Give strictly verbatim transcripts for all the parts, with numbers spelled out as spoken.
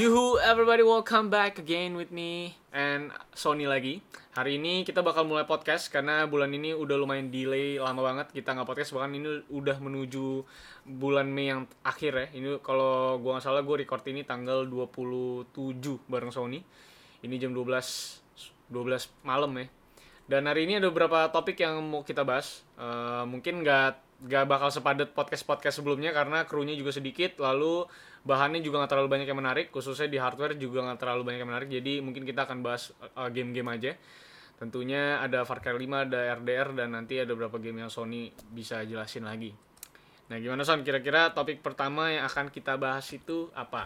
Yuhu, everybody welcome back again with me and Sony lagi. Hari ini kita bakal mulai podcast karena bulan ini udah lumayan delay lama banget kita nggak podcast, bahkan ini udah menuju bulan Mei yang akhir ya. Ini kalau gua nggak salah gue record ini tanggal dua puluh tujuh bareng Sony. Ini jam dua belas malam ya. Dan hari ini ada beberapa topik yang mau kita bahas. Uh, mungkin nggak nggak bakal sepadat podcast-podcast sebelumnya karena krunya juga sedikit, lalu bahannya juga nggak terlalu banyak yang menarik, khususnya di hardware juga nggak terlalu banyak yang menarik. Jadi mungkin kita akan bahas uh, game-game aja. Tentunya ada Far Cry lima, ada R D R, dan nanti ada beberapa game yang Sony bisa jelasin lagi. Nah gimana Son, kira-kira topik pertama yang akan kita bahas itu apa?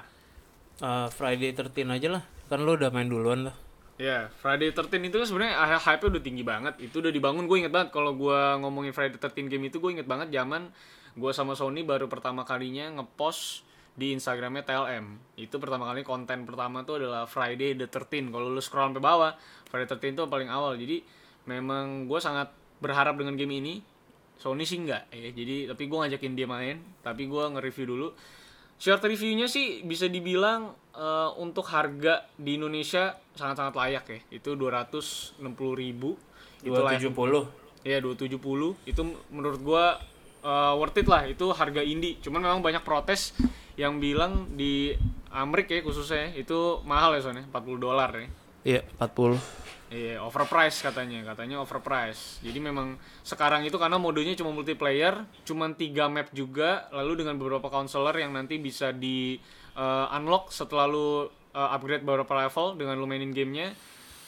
Uh, Friday thirteen aja lah, kan lo udah main duluan lah. Ya, yeah, Friday thirteen itu kan sebenarnya hype-nya udah tinggi banget. Itu udah dibangun, gue inget banget kalau gue ngomongin Friday thirteen game itu, gue inget banget zaman gue sama Sony baru pertama kalinya ngepost di Instagramnya T L M. Itu pertama kali konten pertama tuh adalah Friday the thirteen. Kalau lu scroll sampai bawah, Friday thirteen itu paling awal. Jadi memang gue sangat berharap dengan game ini. Sony sih enggak ya. Jadi tapi gue ngajakin dia main, tapi gue nge-review dulu. Short reviewnya sih bisa dibilang uh, untuk harga di Indonesia sangat-sangat layak ya. Itu dua ratus enam puluh ribu. dua ratus tujuh puluh. Iya, dua ratus tujuh puluh. Itu menurut gua uh, worth it lah. Itu harga indie. Cuman memang banyak protes yang bilang di Amerika ya khususnya itu mahal ya soalnya, empat puluh dolar ya. Iya, empat puluh. Iya, overprice katanya, katanya overprice. Jadi memang sekarang itu karena modenya cuma multiplayer, cuma tiga map juga, lalu dengan beberapa controller yang nanti bisa di uh, unlock setelah lu uh, upgrade beberapa level dengan lu mainin gamenya.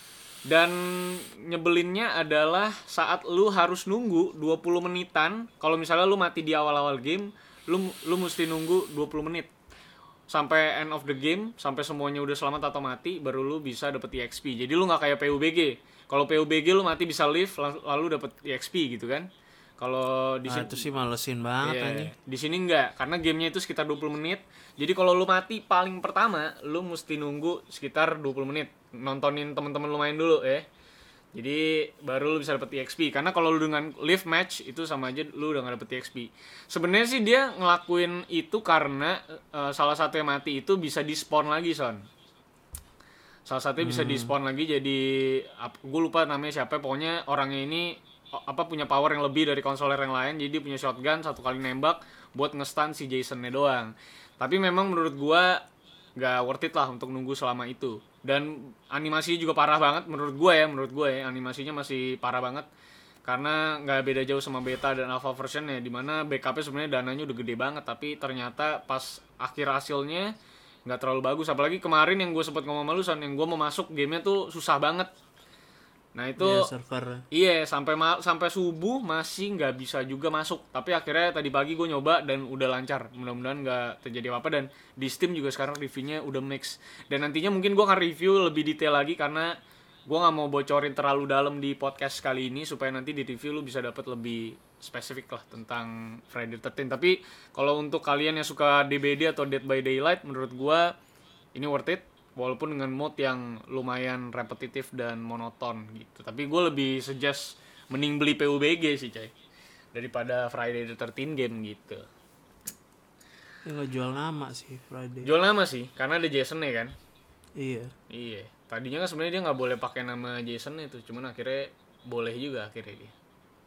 Dan nyebelinnya adalah saat lu harus nunggu dua puluh menitan. Kalau misalnya lu mati di awal-awal game, lu lu mesti nunggu dua puluh menit sampai end of the game, sampai semuanya udah selamat atau mati, baru lu bisa dapet E X P. Jadi lu nggak kayak P U B G. Kalau P U B G lu mati bisa live lalu dapet E X P gitu kan. Kalau di sini nah, itu sih malesin banget yeah, anjing. Di sini enggak, karena gamenya itu sekitar dua puluh menit. Jadi kalau lu mati paling pertama, lu mesti nunggu sekitar dua puluh menit. Nontonin teman-teman lu main dulu ya. Jadi baru lu bisa dapet E X P. Karena kalau lu dengan live match itu sama aja lu udah gak dapet E X P. Sebenarnya sih dia ngelakuin itu karena uh, salah satu yang mati itu bisa di spawn lagi Son. Salah satunya hmm. bisa di spawn lagi. Jadi gue lupa namanya siapa. Pokoknya orangnya ini apa punya power yang lebih dari konsoler yang lain. Jadi dia punya shotgun satu kali nembak buat nge-stun si Jason-nya doang. Tapi memang menurut gue gak worth it lah untuk nunggu selama itu. Dan animasinya juga parah banget menurut gue ya, menurut gue ya animasinya masih parah banget karena nggak beda jauh sama beta dan alpha versionnya, dimana backupnya sebenarnya dananya udah gede banget tapi ternyata pas akhir hasilnya nggak terlalu bagus. Apalagi kemarin yang gue sempat ngomong sama lu Son, yang gue mau masuk gamenya tuh susah banget. Nah itu ya, server. Iya sampai ma- sampai subuh masih nggak bisa juga masuk. Tapi akhirnya tadi pagi gue nyoba dan udah lancar. Mudah-mudahan nggak terjadi apa-apa. Dan di Steam juga sekarang reviewnya udah mix. Dan nantinya mungkin gue akan review lebih detail lagi karena gue nggak mau bocorin terlalu dalam di podcast kali ini supaya nanti di review lu bisa dapat lebih spesifik lah tentang Friday thirteen. Tapi kalau untuk kalian yang suka D B D atau Dead by Daylight, menurut gue ini worth it. Walaupun dengan mode yang lumayan repetitif dan monoton gitu. Tapi gue lebih suggest mending beli P U B G sih coy, daripada Friday the thirteen game gitu. Ya nggak jual nama sih Friday. Jual nama sih, karena ada Jason ya kan. Iya. Iya. Tadinya kan sebenarnya dia nggak boleh pakai nama Jason itu, cuman akhirnya boleh juga akhirnya dia.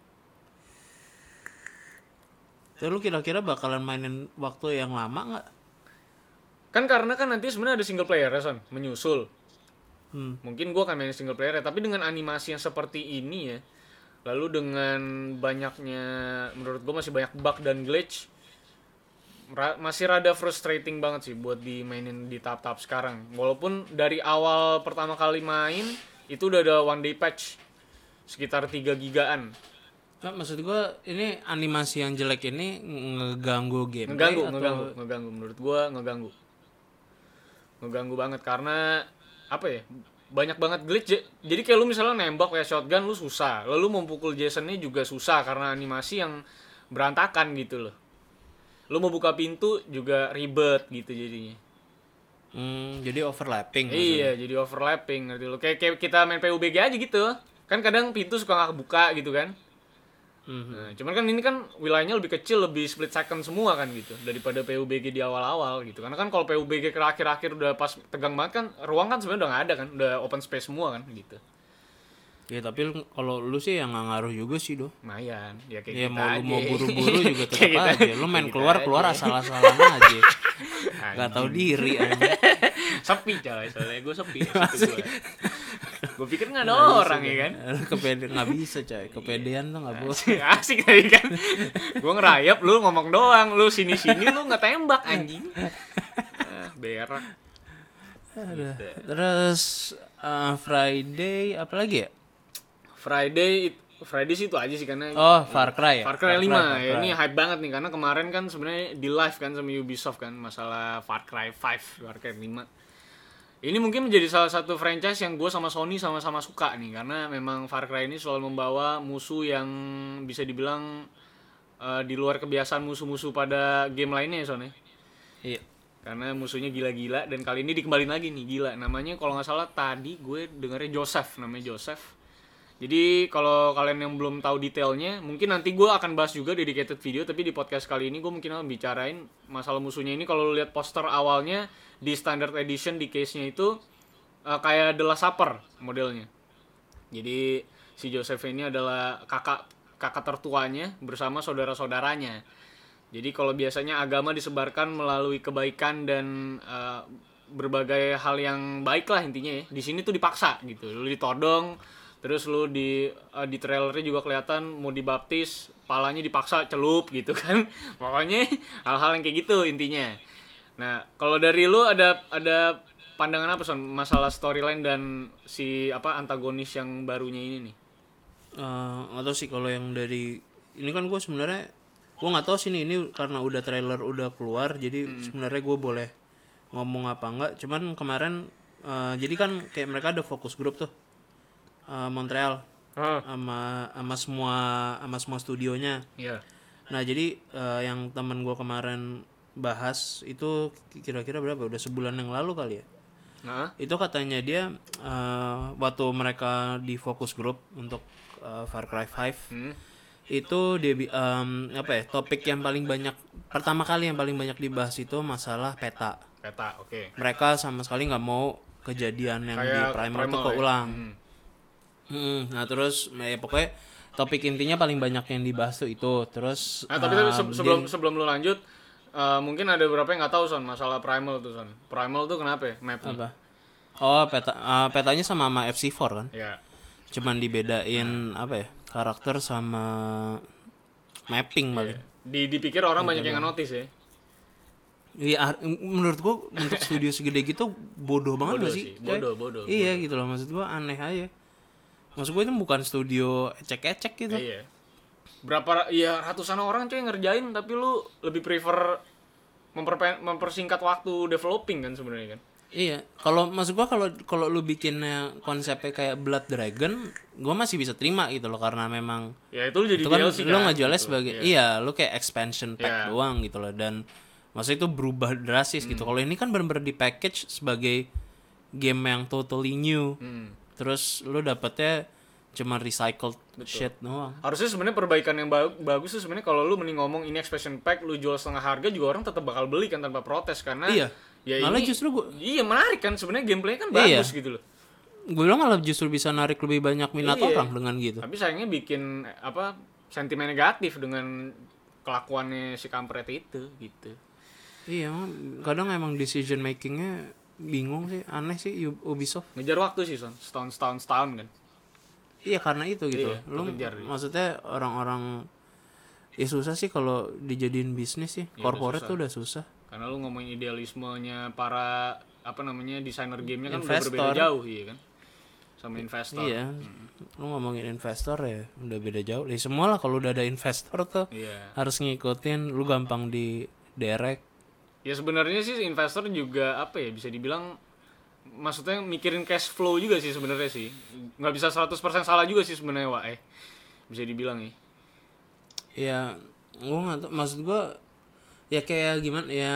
Jadi lu kira-kira bakalan mainin waktu yang lama nggak? Kan karena kan nanti sebenarnya ada single player ya Son, menyusul. Hmm. Mungkin gue akan main single player ya, tapi dengan animasi yang seperti ini ya, lalu dengan banyaknya, menurut gue masih banyak bug dan glitch, ra- masih rada frustrating banget sih buat dimainin di tahap-tahap sekarang. Walaupun dari awal pertama kali main itu udah ada one day patch sekitar tiga gigaan. Nah, maksud gue ini animasi yang jelek ini ngeganggu game. Ngeganggu, atau... ngeganggu, ngeganggu. Menurut gue ngeganggu. Ngeganggu banget karena apa ya, banyak banget glitch. Jadi kayak lu misalnya nembak kayak shotgun lu susah, lalu mau pukul Jason-nya juga susah karena animasi yang berantakan gitu loh. Lu mau buka pintu juga ribet gitu jadinya. Hmm, jadi overlapping. Iya, maksudnya. Jadi overlapping ngerti lu. Kayak, kayak kita main P U B G aja gitu. Kan kadang pintu suka nggak kebuka gitu kan. Mhm. Nah, cuman kan ini kan wilayahnya lebih kecil, lebih split second semua kan gitu daripada P U B G di awal-awal gitu. Karena kan kalau P U B G ke akhir-akhir udah pas tegang banget kan, ruang kan sebenarnya udah nggak ada kan, udah open space semua kan gitu. Ya tapi lu- kalau lu sih yang nggak ngaruh juga sih do. Lumayan, ya kayak Ya kita mau aja. lu mau buru-buru juga Kayak tetap kita- aja. Lu main kayak keluar kita keluar aja. asal-asalan aja. Gak tahu diri aja. Sepi coy, soalnya gue sepi. Gue pikir nggak ada orang ya kan. Kepedean nggak bisa coy. Kepedean tuh nggak boleh. Asik tadi kan. Gue ngerayap, lu ngomong doang, lu sini-sini lu nggak tembak anjing. Ah, berak. Aduh. Terus uh, Friday apa lagi ya? Friday it- Friday sih itu aja sih karena Oh Far Cry ya. Far Cry lima Far ya. Cry. Ini hype banget nih karena kemarin kan sebenarnya di live kan sama Ubisoft kan masalah Far Cry lima, Far Cry lima. Ini mungkin menjadi salah satu franchise yang gue sama Sony sama-sama suka nih karena memang Far Cry ini selalu membawa musuh yang bisa dibilang uh, di luar kebiasaan musuh-musuh pada game lainnya ya Sony. Iya. Karena musuhnya gila-gila dan kali ini dikembalin lagi nih gila. Namanya kalau nggak salah tadi gue dengarnya Joseph, namanya Joseph. Jadi kalau kalian yang belum tahu detailnya, mungkin nanti gue akan bahas juga dedicated video. Tapi di podcast kali ini gue mungkin akan bicarain masalah musuhnya ini. Kalau lu lihat poster awalnya di standard edition di case-nya itu uh, kayak The Last Supper modelnya. Jadi si Joseph ini adalah kakak kakak tertuanya bersama saudara-saudaranya. Jadi kalau biasanya agama disebarkan melalui kebaikan dan uh, berbagai hal yang baik lah intinya ya. Di sini tuh dipaksa gitu. Lu ditodong, terus lu di uh, di trailernya juga kelihatan mau dibaptis, palanya dipaksa celup gitu kan. Pokoknya hal-hal yang kayak gitu intinya. Nah, kalau dari lu ada ada pandangan apa Son masalah storyline dan si apa antagonis yang barunya ini nih? Uh, nggak tahu sih kalau yang dari ini kan gue sebenarnya gue nggak tahu sih nih ini karena udah trailer udah keluar jadi Hmm. sebenarnya gue boleh ngomong apa enggak. Cuman kemarin uh, jadi kan kayak mereka ada fokus grup tuh uh, Montreal Ah, sama sama semua sama semua studionya. iya. Nah jadi uh, yang temen gue kemarin bahas itu kira-kira berapa? Udah sebulan yang lalu kali ya. Nah, Itu katanya dia uh, waktu mereka di focus group untuk uh, Far Cry lima hmm. itu dia bi- um, apa ya topik yang paling banyak pertama kali yang paling banyak dibahas itu masalah peta. Peta, oke. Mereka sama sekali nggak mau kejadian yang di Kayak primer itu Primal ya? keulang. Hmm. Hmm, nah terus ya pokoknya topik intinya paling banyak yang dibahas tuh itu. Terus Nah, tapi, tapi um, se- sebelum dia- sebelum lu lanjut, uh, mungkin ada beberapa yang nggak tahu Son masalah Primal tuh Son. Primal tuh kenapa ya mapnya? apa? Oh peta uh, petanya sama sama F C empat kan? Ya. Cuman dibedain apa ya karakter sama mapping paling. Di dipikir orang banyak yang nggak notice ya. Iya ah, menurut gua untuk studio segede gitu bodoh banget Bodoh gak sih? sih, bodoh, bodoh, Iya gitu loh maksud gua aneh aja. Maksud gua itu bukan studio ecek-ecek gitu. Iya. Berapa ya ratusan orang coy yang ngerjain tapi lu lebih prefer memperpe- mempersingkat waktu developing kan sebenarnya kan. Iya, kalau maksud gua kalau kalau lu bikinnya konsepnya kayak Blood Dragon, gua masih bisa terima gitu loh karena memang Ya itu lu jadi itu kan D L C lu kan. ngejualnya gitu. sebagai Iya. iya, lu kayak expansion Iya. pack doang gitu loh dan maksudnya itu berubah drastis Hmm. gitu. Kalau ini kan benar-benar di package sebagai game yang totally new. Hmm. Terus lu dapetnya cuma recycled shit doang. Harusnya sebenarnya perbaikan yang ba- bagus tuh sebenarnya kalau lu mending ngomong ini expansion pack lu jual setengah harga juga orang tetap bakal beli kan tanpa protes karena Iya. ya Malah ini justru gua iya menarik kan sebenarnya gameplaynya kan Iya. bagus gitu loh. gue bilang malah justru bisa narik lebih banyak minat Iya. orang dengan gitu. Tapi sayangnya bikin eh, apa sentimen negatif dengan kelakuannya si kampret itu gitu. Iya, emang kadang emang decision makingnya bingung sih, aneh sih U- Ubisoft. Ngejar waktu sih Son, setahun setahun setahun kan. Iya karena itu gitu. Iya, Lu kekejar, iya. maksudnya orang-orang ya susah sih kalau dijadiin bisnis sih. Iya, Corporate udah tuh udah susah. Karena lu ngomongin idealismenya para apa namanya desainer gamenya kan udah Investor. berbeda jauh iya kan. Sama investor. Iya. Lu ngomongin investor ya udah beda jauh. Ya semua lah kalau udah ada investor tuh Iya. harus ngikutin, lu gampang di derek. Ya sebenarnya sih investor juga apa ya bisa dibilang maksudnya mikirin cash flow juga sih sebenarnya sih. Nggak bisa seratus persen salah juga sih sebenarnya Wak eh. Bisa dibilang ya. Ya, gua nggak tahu. Maksud gua ya kayak gimana ya.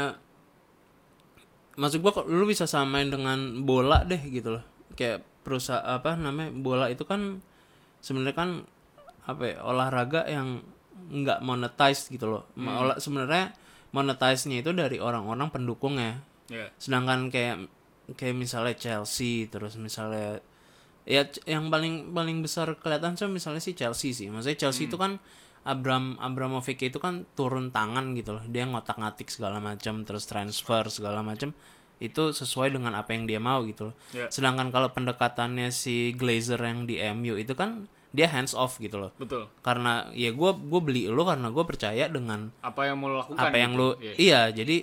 Maksud gua kok lu bisa samain dengan bola deh gitu loh. Kayak perusahaan apa namanya bola itu kan sebenarnya kan apa ya, olahraga yang nggak monetize gitu loh. Hmm. Olah, sebenarnya monetize-nya itu dari orang-orang pendukungnya. Yeah. Sedangkan kayak kayak misalnya Chelsea, terus misalnya ya c- yang paling paling besar kelihatan sih misalnya sih Chelsea sih. Maksudnya Chelsea itu kan Abram Abramovich itu kan turun tangan gitu loh. Dia ngotak-ngatik segala macam, terus transfer segala macam itu sesuai dengan apa yang dia mau gitu loh. Yeah. Sedangkan kalau pendekatannya si Glazer yang di M U itu kan dia hands off gitu loh. Betul. Karena ya gue gue beli lo karena gue percaya dengan Apa yang mau lo lakukan? apa yang gitu. lo Yeah. iya jadi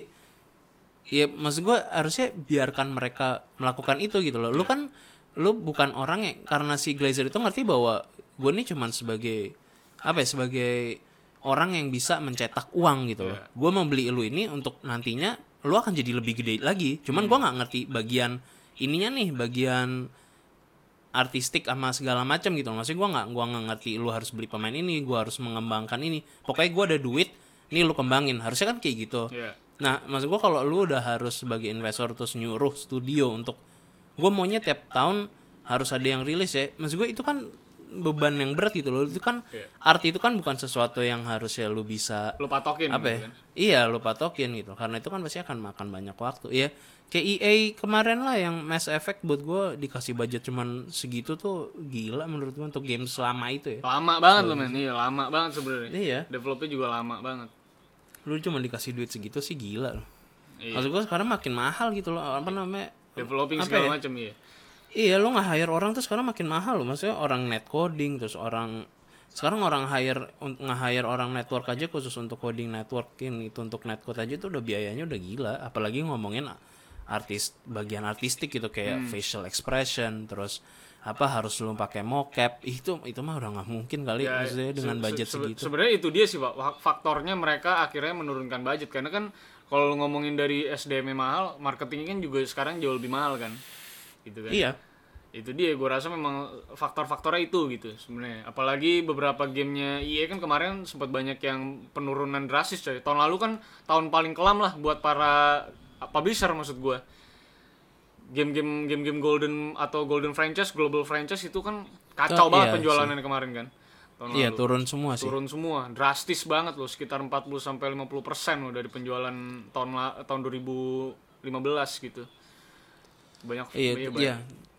ya maksud gue harusnya biarkan mereka melakukan itu gitu loh. Lu kan lu bukan orang yang karena si Glazer itu ngerti bahwa gue ini cuman sebagai apa ya sebagai orang yang bisa mencetak uang gitu loh. Yeah. Gue mau beli lu ini untuk nantinya lu akan jadi lebih gede lagi. Cuman gue nggak ngerti bagian ininya nih, bagian artistik sama segala macam gitu. Maksudnya gue nggak gua nggak ngerti lu harus beli pemain ini, gue harus mengembangkan ini. Pokoknya gue ada duit, nih lu kembangin. Harusnya kan kayak gitu. Yeah. Nah, maksud gue kalau lu udah harus sebagai investor terus nyuruh studio untuk gue maunya tiap tahun harus ada yang rilis ya. Maksud gue itu kan beban yang berat gitu loh. Itu kan Yeah. arti itu kan bukan sesuatu yang harusnya lu bisa Lo patokin apa ya? gitu kan. Iya, lu patokin gitu. Karena itu kan pasti akan makan banyak waktu. Iya, kayak E A kemarin lah yang Mass Effect buat gue dikasih budget cuman segitu tuh gila menurut gue untuk game selama itu ya. Lama banget lo men. Iya, lama banget sebenarnya. Iya, Developnya juga lama banget. lu cuma dikasih duit segitu sih gila loh. Iya. Maksud gue sekarang makin mahal gitu loh. Apa namanya? Developing apa segala ya? macam iya. Iya, lu nge-hire orang tuh sekarang makin mahal loh. Maksudnya orang net coding, terus orang sekarang orang hire un- nge-hire orang network aja khusus untuk coding networking itu untuk netcode aja tuh udah biayanya udah gila. Apalagi ngomongin artis bagian artistik gitu kayak facial expression, terus apa harus lu pakai mocap. Itu itu mah udah nggak mungkin kali Ya, maksudnya dengan se- budget se- segitu. Sebenarnya itu dia sih Pak. Fak- Faktornya mereka akhirnya menurunkan budget karena kan kalau lu ngomongin dari S D M mahal, marketingnya kan juga sekarang jauh lebih mahal kan. Gitu kan. Iya. Itu dia gue rasa memang faktor-faktornya itu gitu sebenarnya. Apalagi beberapa gamenya E A kan kemarin sempat banyak yang penurunan drastis coy. Tahun lalu kan tahun paling kelam lah buat para publisher maksud gue. Game-game game-game golden atau golden franchise, global franchise itu kan kacau Oh, banget iya penjualannya kemarin kan. Tahun Iya, lalu. turun semua sih. Turun semua, drastis banget loh, sekitar empat puluh sampai lima puluh persen loh dari penjualan tahun la- tahun dua ribu lima belas gitu. Banyak Iya, iya, iya. banyak.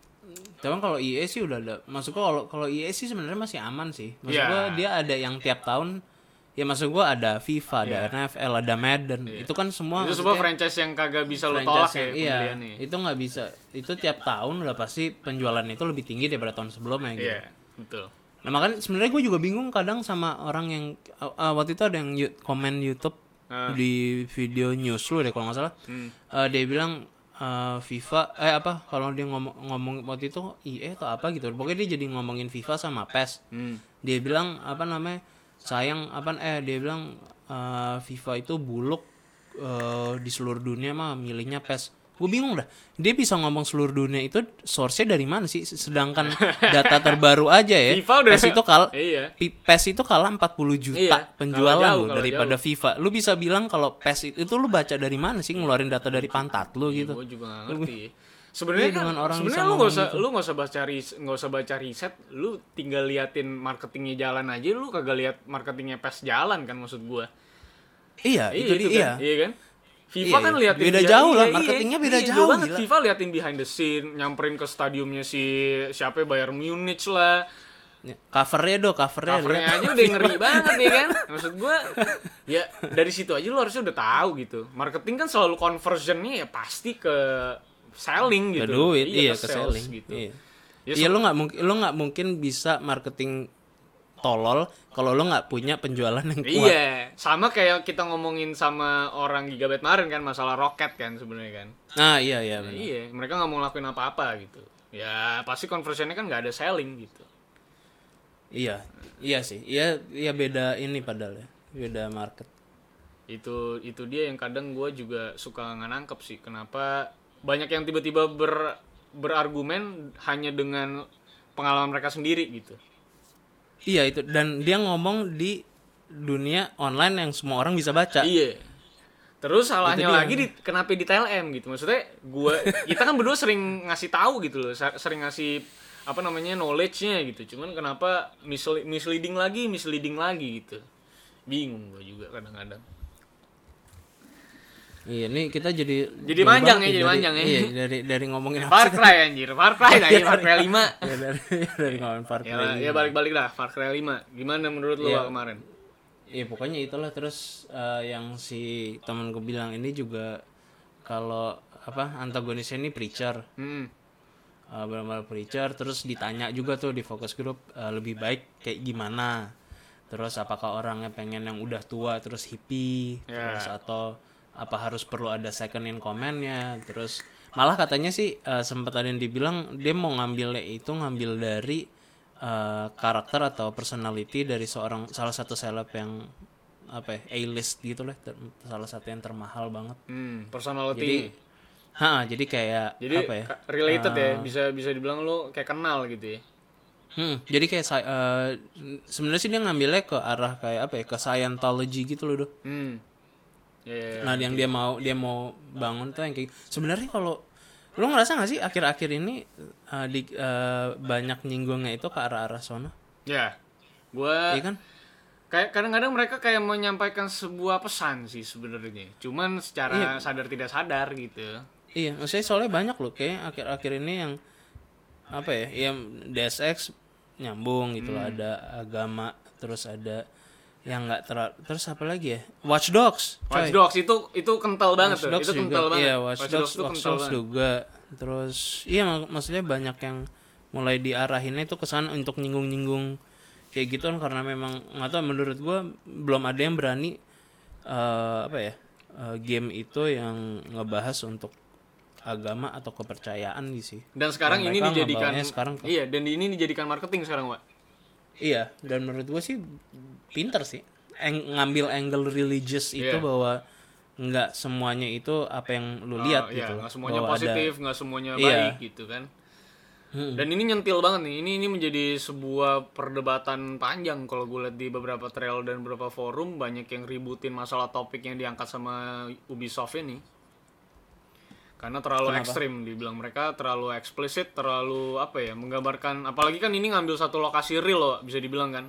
Tapi kalau E A sih udah ada. Maksud gua kalau kalau E A sih sebenarnya masih aman sih. Maksud Iya. gua dia ada yang tiap tahun ya maksud gua ada FIFA, ada Iya. N F L, ada Madden. Itu kan semua Itu semua maksudnya franchise yang kagak bisa lo franchise tolak ya yang- iya, pembeliannya. itu nggak bisa. Itu tiap tahun udah pasti penjualan itu lebih tinggi daripada tahun sebelumnya gitu. Iya, betul. Nah, makanya sebenarnya gue juga bingung kadang sama orang yang uh, uh, waktu itu ada yang yu- komen YouTube Ah. di video news lu deh kalau nggak salah. Hmm. Uh, dia bilang uh, FIFA eh apa kalau dia ngomong ngomong waktu itu E A atau apa gitu. Pokoknya dia jadi ngomongin FIFA sama PES. Hmm. Dia bilang apa namanya? Sayang apa eh dia bilang uh, FIFA itu buluk uh, di seluruh dunia mah milihnya PES. Gue bingung dah. Dia bisa ngomong seluruh dunia itu source-nya dari mana sih? Sedangkan data terbaru aja ya. FIFA udah- PES itu kalah Iya. PES itu kalah empat puluh juta Iya, penjualan kalah jauh, loh kalah daripada FIFA. Lu bisa bilang kalau PES itu, itu lu baca dari mana sih ngeluarin data dari pantat lu gitu. Gue juga gak ngerti. Sebenarnya Iya, kan, dengan orang sebenarnya bisa lu nggak ngomong usah gitu. lu nggak usah baca ris- nggak usah baca riset, lu tinggal liatin marketingnya jalan aja, lu kagak lihat marketingnya PES jalan kan maksud gua. Iya, itu dia. kan? Iya. Iya kan? FIFA Iya, kan iya. liatin Beda dia- jauh lah, iya, marketingnya iya, beda iya, jauh, banget. gila. FIFA liatin behind the scene, nyamperin ke stadiumnya si siapa ya, Bayern Munich lah. Ya, covernya do, covernya. Covernya lihat. aja udah ngeri banget ya kan. Maksud gua ya dari situ aja lu harusnya udah tahu gitu. Marketing kan selalu conversionnya ya pasti ke selling gitu. Ke duit, iya, ke ke sales selling. gitu. Iya. Ya, Iya, so- lu nggak mungkin lu nggak mungkin bisa marketing tolol kalau lu nggak punya penjualan yang kuat. Iya, sama kayak kita ngomongin sama orang Gigabyte kemarin kan masalah roket kan sebenarnya kan. Nah, iya iya Nah, benar. iya, mereka nggak mau ngelakuin apa-apa gitu. Ya pasti conversionnya kan nggak ada selling gitu. Iya. Iya sih. Iya, iya beda ini padahal ya. Beda market. Itu itu dia yang kadang gue juga suka nggak nangkep sih. Kenapa banyak yang tiba-tiba ber berargumen hanya dengan pengalaman mereka sendiri gitu. Iya itu dan dia ngomong di dunia online yang semua orang bisa baca. Iya. Terus salahnya Itu dia. lagi di, kenapa di T L M gitu. Maksudnya gua kita kan berdua sering ngasih tahu gitu loh, sa- sering ngasih apa namanya knowledge-nya gitu. Cuman kenapa misle- misleading lagi, misleading lagi gitu. Bingung gue juga kadang-kadang. Iya, nih kita jadi Jadi jauh manjang banget ya, jadi dari- manjang ya. Iya, dari dari ngomongin apa Far sih? Cry anjir, Far Cry tadi, Far Cry lima. Ya, dari dari ngomongin Far Ya, Cry. ya balik-balik dah, Far Cry lima. Gimana menurut lu Iya. Wak, kemarin? Iya, pokoknya itulah. Terus eh, yang si temanku bilang ini juga kalau apa antagonisnya ini preacher. Hmm. Uh, benar-benar preacher, terus ditanya juga tuh di focus group uh, lebih baik kayak gimana, terus apakah orangnya pengen yang udah tua terus hippie, Ya. terus atau apa harus perlu ada second in command-nya. Terus malah katanya sih uh, sempat ada yang dibilang dia mau ngambilnya itu ngambil dari uh, karakter atau personality dari seorang salah satu seleb yang apa ya, A-list gitu lah, ter- salah satu yang termahal banget. Hmm, personality. Jadi Ha, jadi kayak Jadi apa ya? ka- related ya, bisa bisa dibilang lu kayak kenal gitu ya. Hmm, jadi kayak sa- eh, sebenarnya sih dia ngambilnya ke arah kayak apa ya? Ke Scientology gitu loh, Doh. Hmm. Ya, ya, ya. Nah, yang dia mau dia mau bangun tuh yang kayak sebenarnya kalau lu ngerasa gak sih akhir-akhir ini eh, di eh, banyak nyinggungnya itu ke arah-arah sono? Ya. Gua Iya kan? kayak kadang-kadang mereka kayak menyampaikan sebuah pesan sih sebenarnya. Cuman secara sadar tidak sadar gitu. Iya, maksudnya soalnya banyak loh kayak akhir-akhir ini yang apa ya? Yang D S X nyambung gitu loh, ada agama, terus ada yang enggak ter terus apa lagi ya? Watch Dogs. Watch coy. Dogs itu itu kental banget Watch tuh. Dogs Itu juga, kental banget. iya, Watch, Dogs, itu Watch kental Dogs banget. juga. Terus iya mak- maksudnya banyak yang mulai diarahinnya itu ke sana untuk nyinggung-nyinggung kayak gitu kan, karena memang nggak tahu, menurut gua belum ada yang berani eh, apa ya? eh, game itu yang ngebahas untuk agama atau kepercayaan gitu sih. Dan sekarang Dan ini mereka dijadikan ngebawanya sekarang ke- iya, dan ini dijadikan marketing sekarang, Wak. Iya, dan menurut gue sih pinter sih Eng- ngambil angle religious itu Iya. bahwa nggak semuanya itu apa yang lu Oh, lihat iya, gitu. nggak semuanya Bahwa ada- positif, nggak semuanya Iya. baik gitu kan. Hmm. Dan ini nyentil banget nih. Ini ini menjadi sebuah perdebatan panjang kalau gue lihat di beberapa trail dan beberapa forum, banyak yang ributin masalah topik yang diangkat sama Ubisoft ini. Karena terlalu Kenapa? ekstrim, dibilang mereka terlalu eksplisit, terlalu apa ya, menggambarkan, apalagi kan ini ngambil satu lokasi real loh, bisa dibilang kan.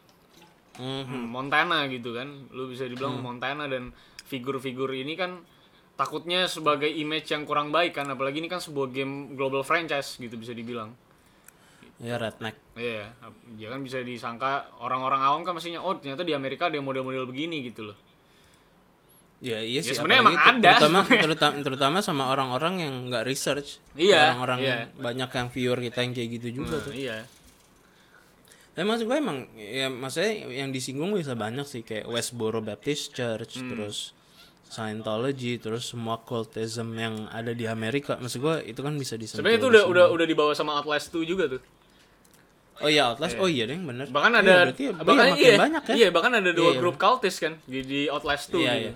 Hmm. Hmm, Montana gitu kan. Lu bisa dibilang Montana, dan figur-figur ini kan takutnya sebagai image yang kurang baik kan, apalagi ini kan sebuah game global franchise gitu bisa dibilang. Ya redneck. Iya, ya kan bisa disangka orang-orang awam kan maksudnya, oh ternyata di Amerika ada model-model begini gitu loh. Ya iya Ya, sih. sebenarnya apalagi emang ter- ada. Terutama, terutama terutama sama orang-orang yang nggak research. Iya, Orang-orang iya. banyak yang viewer kita yang kayak gitu juga Nah, tuh. iya. Tapi maksud gue emang ya maksudnya yang disinggung bisa banyak sih, kayak Westboro Baptist Church, Hmm. terus Scientology, terus semua cultism yang ada di Amerika. Maksud gue itu kan bisa disentuh. Sebenarnya itu di udah sini. udah udah dibawa sama Outlast dua juga tuh. Oh iya, Outlast. Oh iya deh, bener. Bahkan Iya, ada berarti ya- bahkan iya, makin iya, banyak ya. Iya, bahkan ada dua Iya, grup cultist kan di, di Outlast dua Iya, gitu. iya.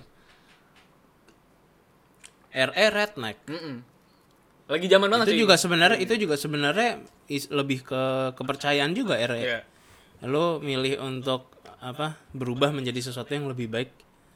R E Redneck. Mm-mm. Lagi zaman banget Itu sih. juga sebenarnya itu juga sebenarnya is- lebih ke kepercayaan juga R E. Iya. Lo milih untuk apa? Berubah menjadi sesuatu yang lebih baik.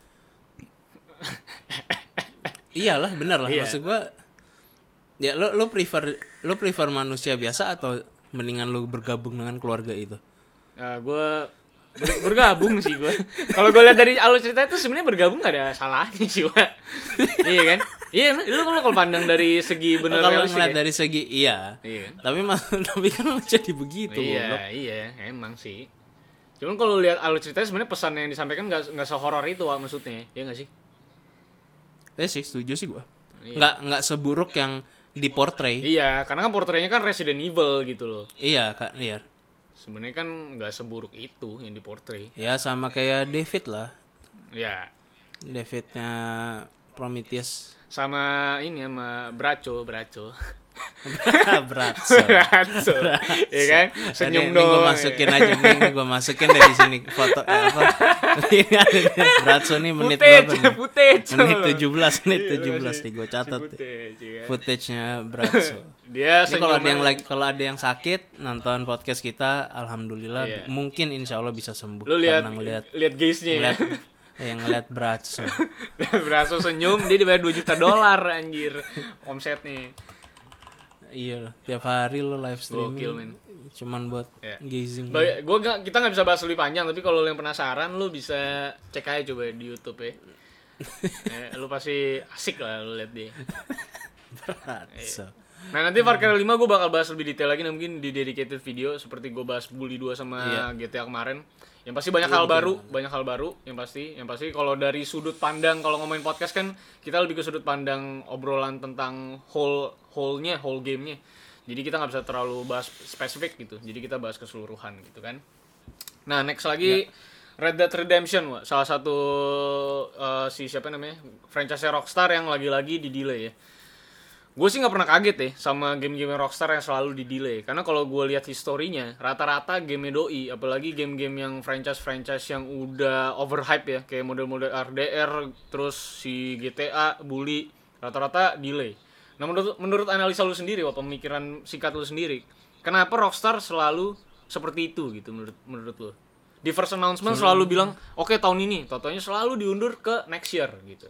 Iyalah, bener lah. Iya. Maksud gua ya lo lo prefer lo prefer manusia biasa atau mendingan lo bergabung dengan keluarga itu? Nah, gue ber- bergabung sih gue. Kalau gue lihat dari alur cerita itu sebenarnya bergabung gak ada salahnya sih, Wak. Iya kan? Iya, lu lu kalau pandang dari segi bener Kalau realistik ngeliat ya? dari segi iya. Iya. Tapi mas tapi kan jadi begitu. goblok. Iya, iya, emang sih. Cuman kalau lihat alur ceritanya sebenarnya pesan yang disampaikan nggak nggak sehoror itu, Wak, maksudnya, ya nggak sih? Eh sih, setuju sih gua. Iya. Nggak nggak seburuk yang diportray. Iya, karena kan portraynya kan Resident Evil gitu loh. Iya, Kak, iya. Sebenarnya kan nggak seburuk itu yang diportray. Ya sama kayak David lah. Ya, Davidnya Prometheus. sama ini sama Braco, Braco. Berat. Braco. Iya kan? Senyum Ini gue dong. masukin aja nih, gue masukin deh di sini foto apa. Ini ada Bratso nih menit berapa nih? Footage, footage. Menit tujuh belas, menit Iya, tujuh belas masih- nih gue catat. si footage, iya kan? Footage-nya Bratso. Dia Ini kalau ada yang senyum- lagi kalau ada yang sakit nonton podcast kita, alhamdulillah Iya. mungkin insya Allah bisa sembuh. Lu lihat Karena ngeliat lihat gaze-nya ya. ngeliat yang ngeliat Bratso. Braco senyum, dia dibayar dua juta dolar anjir omsetnya. Iya lah, tiap hari lo live streaming. Gokil, men. Cuman buat Ya. gazing. Ba- gua gak, kita nggak bisa bahas lebih panjang, tapi kalau lu yang penasaran lu bisa cek aja coba di YouTube ya. eh, lu pasti asik lah lu lihat dia. Berat. So. Nah nanti Far Cry lima gue bakal bahas lebih detail lagi, nah, mungkin di dedicated video seperti gue bahas Bully dua sama Iya. G T A kemarin. Yang pasti banyak Iya, hal betul. baru, banyak hal baru yang pasti. Yang pasti kalau dari sudut pandang, kalau ngomongin podcast kan kita lebih ke sudut pandang obrolan tentang whole whole-nya, whole game-nya. Jadi kita nggak bisa terlalu bahas spesifik gitu. Jadi kita bahas keseluruhan gitu kan. Nah next lagi Red Dead Redemption, Wak. Salah satu uh, si siapa namanya franchise Rockstar yang lagi-lagi di delay ya. Gue sih nggak pernah kaget ya sama game-game Rockstar yang selalu di delay. Karena kalau gue lihat historinya, rata-rata game doi, apalagi game-game yang franchise-franchise yang udah overhype ya, kayak model-model R D R, terus si G T A, Bully, rata-rata delay. Nah menurut menurut analisa lu sendiri, wah pemikiran singkat lu sendiri, kenapa Rockstar selalu seperti itu gitu menurut menurut lu? Di first announcement selalu bilang, oke okay, tahun ini, totalnya selalu diundur ke next year gitu.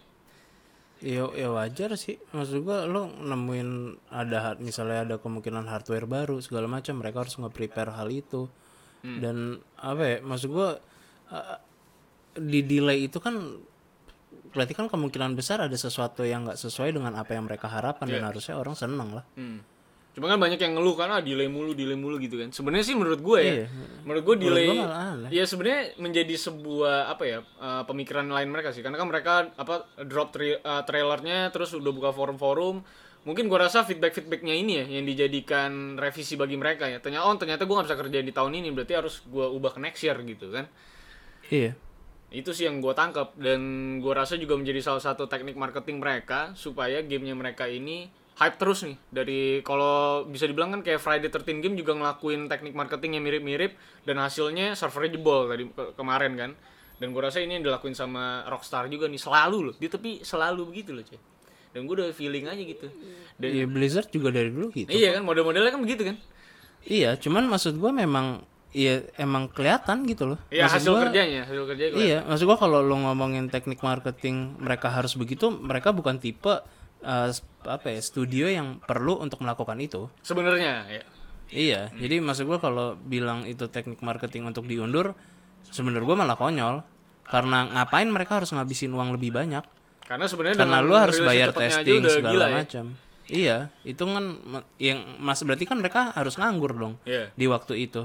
Ya, ya wajar sih. Maksud gua lo nemuin ada misalnya ada kemungkinan hardware baru segala macam, mereka harus nge-prepare hal itu. Hmm. Dan apa ya? Maksud gua uh, di delay itu kan berarti kan kemungkinan besar ada sesuatu yang nggak sesuai dengan apa yang mereka harapkan, yeah. Dan harusnya orang seneng lah. Hmm. Cuma kan banyak yang ngeluh karena delay mulu, delay mulu gitu kan. Sebenarnya sih menurut gue ya, iya. menurut gue delay, menurut ya sebenarnya menjadi sebuah apa ya uh, pemikiran lain mereka sih. Karena kan mereka apa drop tra- uh, trailernya, terus udah buka forum-forum. Mungkin gue rasa feedback-feedbacknya ini ya yang dijadikan revisi bagi mereka ya. Ternyata oh ternyata gue nggak bisa kerjain di tahun ini, berarti harus gue ubah ke next year gitu kan. Iya. Itu sih yang gue tangkap, dan gue rasa juga menjadi salah satu teknik marketing mereka supaya gamenya mereka ini hype terus nih. Dari kalau bisa dibilang kan kayak Friday thirteen game juga ngelakuin teknik marketing yang mirip-mirip dan hasilnya servernya jebol tadi ke- kemarin kan. Dan gue rasa ini yang dilakuin sama Rockstar juga nih, selalu loh. Dia tapi selalu begitu loh, cuy. Dan gue udah feeling aja gitu. Dan iya, Blizzard juga dari dulu gitu. Iya kan, model-modelnya kan begitu kan. Iya, cuman maksud gue memang iya emang kelihatan gitu loh. Iya, maksud hasil gua, kerjanya, hasil kerjanya kelihatan. Iya, maksud gua kalau lo ngomongin teknik marketing mereka harus begitu, mereka bukan tipe uh, apa ya, studio yang perlu untuk melakukan itu. Sebenarnya ya. Iya, hmm. Jadi maksud gua kalau bilang itu teknik marketing untuk diundur, sebenarnya gua malah konyol. Karena ngapain mereka harus ngabisin uang lebih banyak? Karena sebenarnya karena lo harus bayar testing segala ya. macam. Iya, itu kan yang mas berarti kan mereka harus nganggur dong yeah. di waktu itu.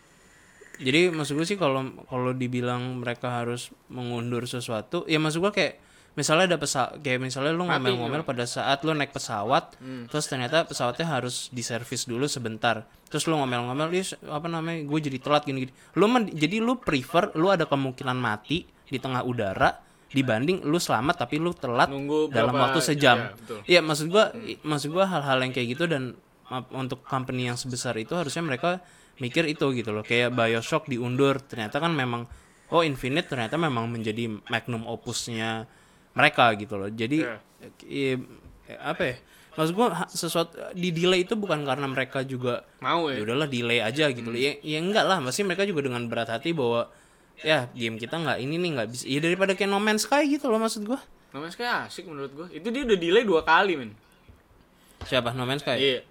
Jadi maksud gue sih kalau kalau dibilang mereka harus mengundur sesuatu, ya maksud gue kayak misalnya ada pesawat, kayak misalnya lu ngomel-ngomel pada saat lu naik pesawat, hmm. terus ternyata pesawatnya harus diservis dulu sebentar, terus lu ngomel-ngomel, dia apa namanya, gue jadi telat gini-gini. Lu men- jadi lu prefer lu ada kemungkinan mati di tengah udara dibanding lu selamat tapi lu telat nunggu dalam berapa, waktu sejam. Iya, ya, maksud gue, hmm. maksud gue hal-hal yang kayak gitu, dan untuk company yang sebesar itu harusnya mereka mikir itu gitu loh. Kayak BioShock diundur, ternyata kan memang oh Infinite ternyata memang menjadi magnum opusnya mereka gitu loh. Jadi yeah. ya, apa ya? Maksud gua sesuatu di delay itu bukan karena mereka juga mau ya. Udahlah delay aja gitu hmm. loh. Ya, ya enggak lah, pasti mereka juga dengan berat hati bahwa ya game kita nggak ini nih nggak bisa. Ya daripada kayak No Man's Sky gitu loh maksud gua. No Man's Sky asik menurut gua. Itu dia udah delay dua kali men. Siapa? No Man's Sky? Iya. Yeah.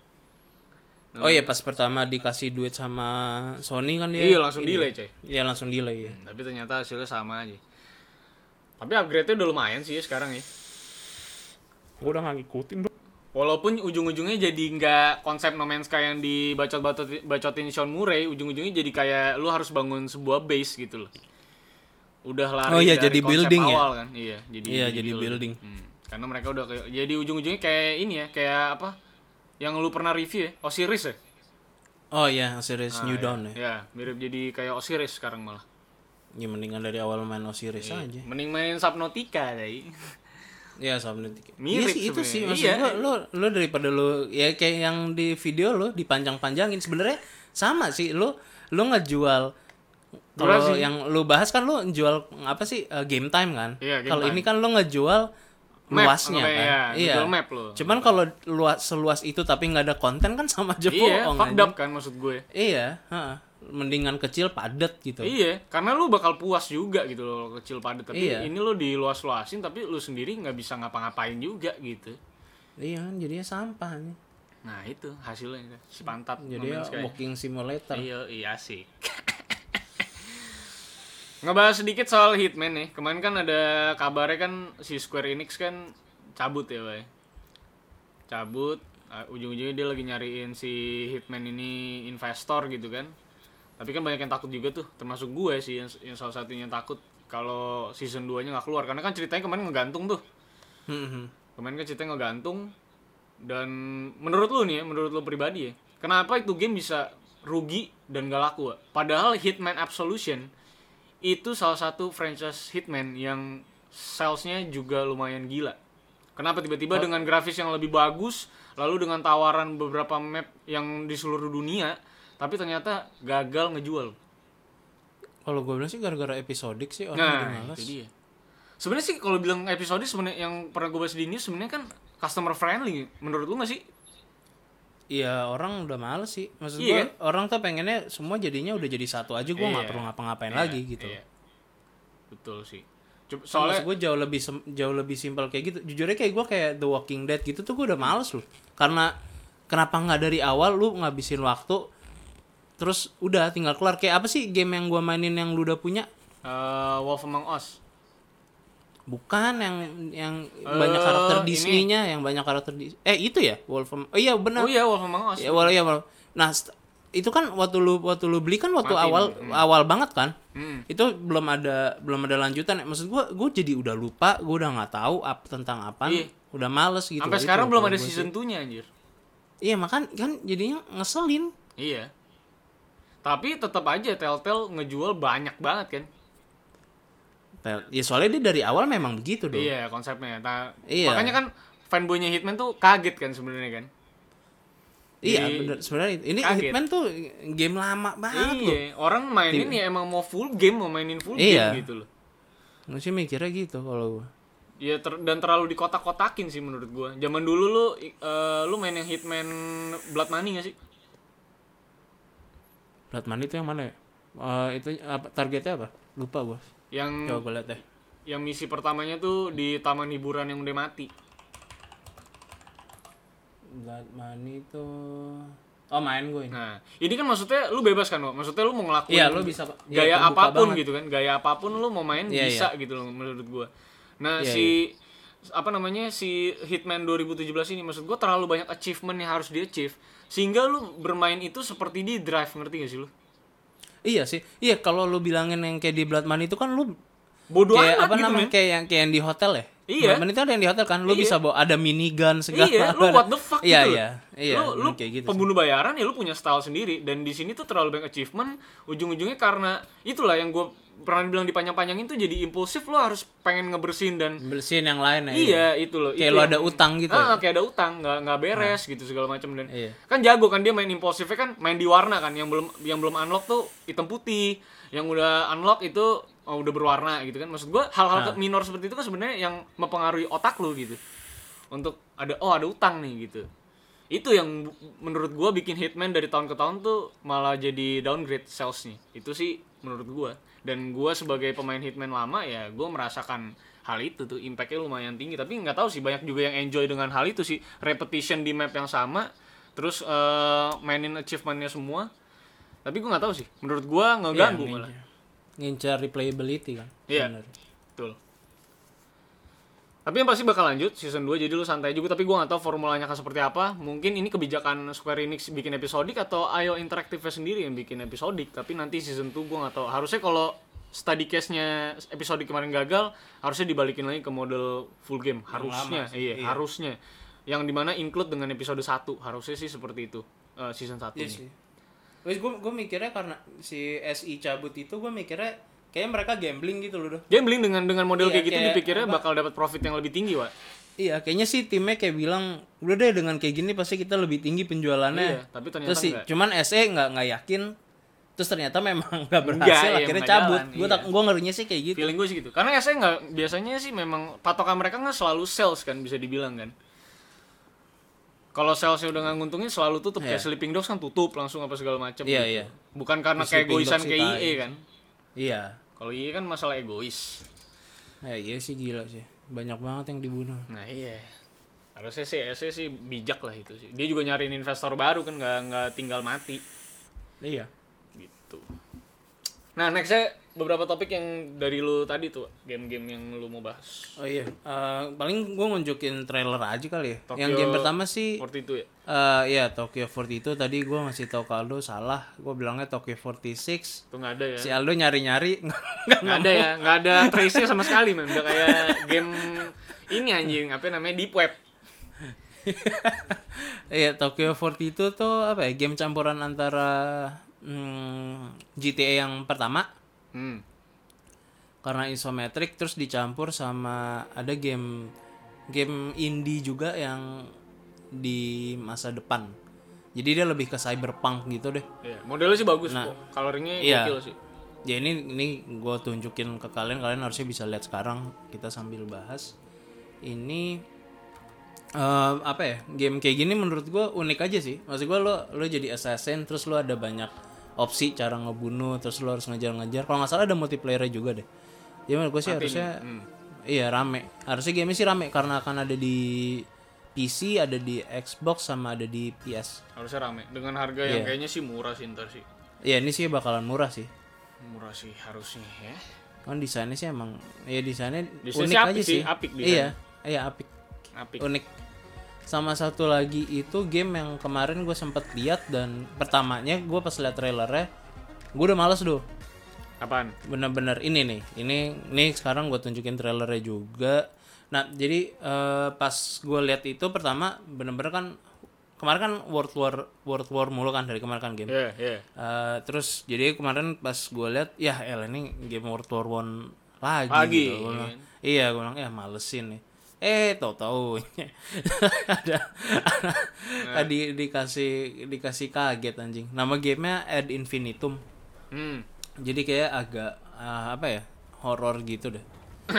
Oh iya, pas pertama dikasih duit sama Sony kan dia. Iya langsung ini, delay coy. Iya langsung delay ya. Hmm, tapi ternyata hasilnya sama aja. Tapi upgrade-nya udah lumayan sih sekarang ya. Gue udah gak ngikutin bro. Walaupun ujung-ujungnya jadi nggak konsep No Man's Sky yang dibacot-bacotin Sean Murray, ujung-ujungnya jadi kayak lu harus bangun sebuah base gitu loh. Udah lari oh, iya, dari jadi konsep building awal ya? kan. Iya, jadi iya, jadi building. building. Hmm. Karena mereka udah kayak jadi ujung-ujungnya kayak ini ya, kayak apa? Yang lu pernah review ya, Osiris ya? Oh iya, Osiris nah, New Dawn ya. Ya, mirip jadi kayak Osiris sekarang malah. Ya mendingan dari awal main Osiris iya. aja. Mending main Subnautica deh. Iya, Subnautica. Mirip iya sih, itu sih maksud iya. gua, lu lu daripada lu ya kayak yang di video lu dipanjang-panjangin, sebenarnya sama sih. Lu lu ngejual kalau yang lu bahas kan lu jual apa sih uh, game time kan? Iya, kalau ini kan lu ngejual map, luasnya kan. Ya, iya. map lo. Cuman kalau luas seluas itu tapi nggak ada konten kan sama aja iya, bohong. Iya, fucked up kan maksud gue. Iya, heeh. Mendingan kecil padat gitu. Iya, karena lu bakal puas juga gitu loh kecil padat, tapi iya. ini lu diluas-luasin tapi lu sendiri nggak bisa ngapa-ngapain juga gitu. Iya kan jadinya sampah nih. Nah itu hasilnya si pantat. Jadi ya walking simulator. Iya, iya sih. Ngebahas sedikit soal Hitman nih. Kemarin kan ada kabarnya kan si Square Enix kan cabut ya, Bay. Cabut, uh, ujung-ujungnya dia lagi nyariin si Hitman ini investor gitu kan. Tapi kan banyak yang takut juga tuh, termasuk gue sih yang, yang salah satunya yang takut kalau season dua-nya nggak keluar. Karena kan ceritanya kemarin ngegantung tuh. Kemarin kan ceritanya ngegantung. Dan menurut lu nih ya, menurut lu pribadi ya, kenapa itu game bisa rugi dan gak laku? Ya? Padahal Hitman Absolution itu salah satu franchise Hitman yang salesnya juga lumayan gila. Kenapa tiba-tiba oh. dengan grafis yang lebih bagus, lalu dengan tawaran beberapa map yang di seluruh dunia, tapi ternyata gagal ngejual? Kalau gue bilang sih gara-gara episodik sih orang nah, jadi malas. Itu dia. Sebenarnya sih kalau bilang episodik sebenarnya yang pernah gue bahas di news sebenarnya kan customer friendly, menurut lu nggak sih? Iya, orang udah males sih. Maksud iya, gue kan? orang tuh pengennya semua jadinya udah jadi satu aja, gue nggak iya. perlu ngapa-ngapain iya, lagi gitu. Iya. Betul sih. Coba, soalnya gue jauh lebih jauh lebih simpel kayak gitu. Jujurnya kayak gue kayak The Walking Dead gitu tuh gue udah males loh. Karena kenapa nggak dari awal lu ngabisin waktu, terus udah tinggal kelar. Kayak apa sih game yang gue mainin yang lu udah punya? Uh, Wolf Among Us. Bukan yang yang uh, banyak karakter Disney-nya, yang banyak karakter Disney. Eh itu ya, Wolf Among Oh iya benar. Oh iya Wolf Among Us. Ya, well, ya, well. Nah, itu kan waktu lu waktu lu beli kan waktu Mati, awal hmm. awal banget kan. Hmm. Itu belum ada belum ada lanjutan. Maksud gua gua jadi udah lupa, gua udah enggak tahu apa tentang apa. Iya. Udah males gitu. Sampai sekarang belum ada season two-nya anjir. Iya, makan kan jadinya ngeselin. Iya. Tapi tetap aja Telltale ngejual banyak banget kan. Ya soalnya dia dari awal memang begitu dong. Iya konsepnya. Nah, iya. Makanya kan fanboynya Hitman tuh kaget kan sebenarnya kan. Iya benar sebenarnya ini kaget. Hitman tuh game lama banget iya, loh. Orang mainin Tim. ya emang mau full game, mau mainin full iya. game gitu loh. Gue sih mikirnya gitu kalau gue. Ya ter- dan terlalu dikotak-kotakin sih menurut gue. Zaman dulu lu uh, lu main yang Hitman Blood Money gak sih? Blood Money itu yang mana ya? Uh, itu apa targetnya apa? Lupa gue. Yang coba gue liat deh. Yang misi pertamanya tuh di taman hiburan yang udah mati. Blood Money itu oh main gue ini. Nah, ini kan maksudnya lu bebas kan, Wak? Maksudnya lu mau ngelakuin iya, lu bisa, gaya ya, apapun banget. gitu kan. Gaya apapun lu mau main iya, bisa iya. gitu loh menurut gue. Nah, iya, si iya. apa namanya si Hitman dua ribu tujuh belas ini maksud gue terlalu banyak achievement yang harus di-achieve sehingga lu bermain itu seperti di Drive, ngerti gak sih lu? Iya sih. Iya, kalau lu bilangin yang kayak di Blood Money itu kan lu bodoh kayak amat apa gitu, namanya men. kayak yang kayak yang di hotel ya. Iya. Blood Money itu ada yang di hotel kan. Lu iya. bisa bawa ada minigun segala. Iya, lu what the fuck iya, gitu. Iya, iya. Lu, lu kayak gitu pembunuh sih. bayaran ya lu punya style sendiri dan di sini tuh terlalu banyak achievement, ujung-ujungnya karena itulah yang gue pernah bilang dipanjang-panjangin tuh jadi impulsif, lo harus pengen ngebersihin dan bersihin yang lain ya. Iya, itu loh. Kayak itu lo yang, ada utang gitu. Ah, kayak ada utang, nggak nggak beres nah. gitu segala macam dan iya. kan jago kan dia main impulsifnya kan main di warna kan yang belum yang belum unlock tuh hitam putih, yang udah unlock itu oh, udah berwarna gitu kan. Maksud gua hal-hal nah. minor seperti itu kan sebenarnya yang mempengaruhi otak lo gitu. Untuk ada oh ada utang nih gitu. Itu yang menurut gua bikin Hitman dari tahun ke tahun tuh malah jadi downgrade salesnya. Itu sih menurut gua. Dan gue sebagai pemain Hitman lama ya gue merasakan hal itu tuh impactnya lumayan tinggi. Tapi nggak tahu sih banyak juga yang enjoy dengan hal itu sih, repetition di map yang sama terus uh, mainin achievementnya semua. Tapi gue nggak tahu sih, menurut gue ngeganggu ya, malah ngincar replayability kan. Iya betul. Tapi yang pasti bakal lanjut season dua, jadi lu santai juga. Tapi gue gak tahu formulanya akan seperti apa. Mungkin ini kebijakan Square Enix bikin episodik atau I O Interactive sendiri yang bikin episodik. Tapi nanti season dua gue gak tahu. Harusnya kalau study case-nya episodik kemarin gagal, harusnya dibalikin lagi ke model full game. Harusnya, iya, iya, harusnya. Yang dimana include dengan episode satu. Harusnya sih seperti itu, uh, season satu yes, ini. Wes gue gue mikirnya karena si S I cabut itu, gue mikirnya kayaknya mereka gambling gitu loh. Gambling dengan dengan model iya, kayak gitu kayak, dipikirnya apa, bakal dapat profit yang lebih tinggi, Wak. Iya, kayaknya sih timnya kayak bilang, udah deh dengan kayak gini pasti kita lebih tinggi penjualannya. Iya, tapi ternyata terus sih, enggak. Cuman S E enggak enggak yakin. Terus ternyata memang enggak berhasil, enggak, akhirnya iya, cabut. Gue iya. tak gue ngerinya sih kayak gitu. Feeling gue sih gitu. Karena S E enggak biasanya sih memang patokan mereka enggak selalu sales kan, bisa dibilang kan. Kalau salesnya udah nggak nguntungin selalu tutup, yeah. Kayak Sleeping Dogs kan tutup langsung apa segala macam. Iya, gitu. iya. Bukan karena kayak egoisan kayak I E kan. Iya. Kalau I E kan masalah egois. Nah, iya sih gila sih. Banyak banget yang dibunuh. Nah iya. Harusnya sih E S E sih bijak lah itu sih. Dia juga nyariin investor baru kan, nggak nggak tinggal mati Iya. gitu. Nah nextnya beberapa topik yang dari lu tadi tuh, game-game yang lu mau bahas. Oh iya, Eh, paling gue nunjukin trailer aja kali ya. Tokyo Yang game pertama sih, Seperti itu ya. eh ya Tokyo empat puluh itu tadi gue ngasih tau ke Aldo salah, gue bilangnya Tokyo empat puluh enam. Itu nggak ada ya. Si Aldo nyari-nyari Nggak ada ya, nggak ada trace-nya sama sekali man. Udah kayak game ini anjing, apa namanya, deep web. Iya, Tokyo empat puluh itu tuh apa ya? Game campuran antara hmm, G T A yang pertama Hmm. karena isometrik, terus dicampur sama ada game game indie juga yang di masa depan. Jadi dia lebih ke cyberpunk gitu deh. Iya, modelnya sih bagus Nah, kok. Coloringnya iya. gokil sih. Ya ini ini gue tunjukin ke kalian, kalian harusnya bisa lihat sekarang kita sambil bahas. Ini eh, apa ya, game kayak gini menurut gue unik aja sih. Maksud gue lo lo jadi assassin, terus lo ada banyak opsi cara ngebunuh, terus lo harus ngejar-ngejar. Kalau nggak salah ada multiplayer juga deh. Ya menurut gue sih Tapi harusnya ini, hmm. iya rame. Harusnya game sih rame karena akan ada di P C, ada di Xbox, sama ada di P S. Harusnya rame. Dengan harga yang Iya. kayaknya sih murah sih ntar sih. Iya ini sih bakalan murah sih. Murah sih harusnya ya. Kan desainnya sih emang, ya desainnya Desainnya unik sih aja apik sih. sih, apik Iya, desainnya. iya apik. Apik. Unik. Sama satu lagi itu game yang kemarin gue sempet lihat, dan pertamanya gue pas liat trailernya gue udah males tuh. Apaan? Bener-bener ini nih, ini nih sekarang gue tunjukin trailernya juga. Nah jadi eh, pas gue lihat itu pertama bener-bener kan kemarin kan World War World War mulu kan dari kemarin kan game. Iya, iya. Eh, terus jadi kemarin pas gue lihat ya elah ini game World War One lagi, Lagi, gitu. Gua iya bilang, kan? iya gue bilang ya malesin nih. Eh tahu-tahu ada tadi dikasih dikasih kaget anjing. Nama gamenya Ad Infinitum. Hmm. Jadi kayak agak eh, apa ya, horor gitu deh.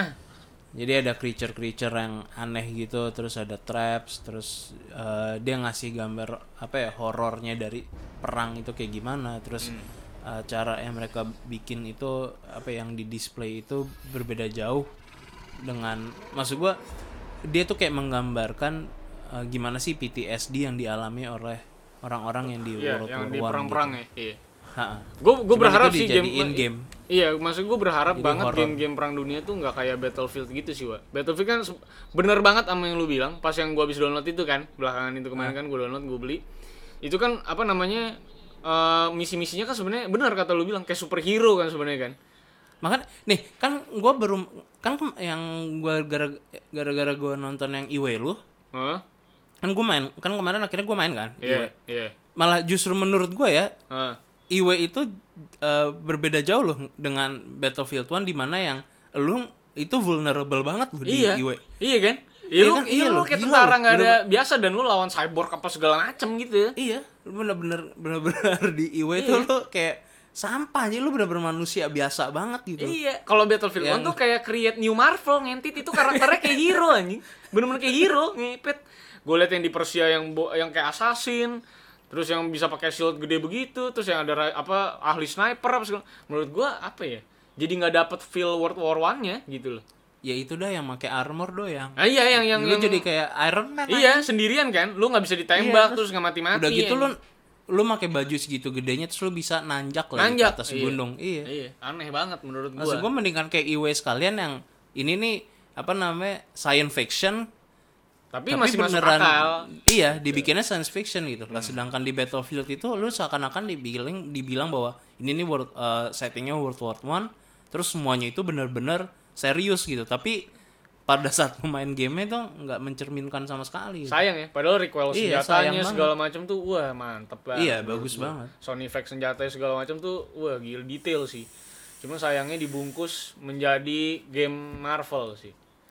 Jadi ada creature-creature yang aneh gitu, terus ada traps, terus eh, dia ngasih gambar apa ya, horornya dari perang itu kayak gimana, terus eh, cara yang mereka bikin itu apa yang di display itu berbeda jauh dengan, maksud gua dia tuh kayak menggambarkan eh, gimana sih P T S D yang dialami oleh orang-orang yang di Iya, World yang War di One perang-perang gitu. ya. Iya. Ha-ha. Gue gue Cuman berharap itu sih game, dijadiin game. Iya, maksud gue berharap Jadi banget horror. game-game perang dunia tuh nggak kayak Battlefield gitu sih, Wak. Battlefield kan se- bener banget sama yang lu bilang. Pas yang gue habis download itu kan, belakangan itu kemarin kan gue download, gue beli. Itu kan apa namanya, eh, misi-misinya kan sebenarnya benar kata lu bilang kayak superhero kan sebenarnya kan. Makanya nih kan gue baru kan kem- yang gue gara gara-gara gue nonton yang I W lu Hah? kan gue main kan kemarin akhirnya gue main kan I W. Iya, iya. Malah justru menurut gue ya Hah. I W itu eh, berbeda jauh loh dengan Battlefield One, di mana yang lu itu vulnerable banget loh di Iya. I W. Iya kan? Iya, Iya lu, kan? iya, Iya lu loh, kayak gila tentara loh. nggak ada biasa dan lu lawan cyborg apa segala macem gitu. Iya, lu bener-bener bener-bener di I W itu Iya. lu kayak sampah aja, lu bener-bener manusia biasa banget gitu. Iya, kalau Battlefield Yang- One tuh kayak create new Marvel, ngentit itu karakternya kayak hero anjing. Bener-bener kayak hero, ngepet. Gue liat yang di Persia yang bo- yang kayak assassin, terus yang bisa pakai shield gede begitu, terus yang ada ra- apa ahli sniper apa segala. Menurut gue apa ya? Jadi nggak dapet feel World War One-nya gitu loh. Ya itu dah yang pakai armor doang. Nah, iya yang yang, Lu yang jadi kayak Iron Man. iya sendirian kan, lu nggak bisa ditembak Iya, terus nggak mati-mati. Udah gitu anjing. lu lu pakai baju segitu gedenya, terus lu bisa nanjak lagi Nanjak, ke atas iya. gunung. Iya. Iya, aneh banget menurut gua. Maksud gua mendingan kayak I W sekalian yang ini nih apa namanya, science fiction tapi, tapi masih masuk beneran akal. iya dibikinnya science fiction gitu lah. Sedangkan di Battlefield itu lu seakan-akan dibilang dibilang bahwa ini nih world eh, settingnya World War One, terus semuanya itu bener-bener serius gitu, tapi pada saat pemain game itu nggak mencerminkan sama sekali gitu. Sayang ya, padahal recoil Iya, senjatanya sayang segala macam tuh wah mantep banget. Iya, menurut bagus gua. banget. Sound effect senjatanya segala macam tuh wah gila detail sih. Cuma sayangnya dibungkus menjadi game Marvel sih.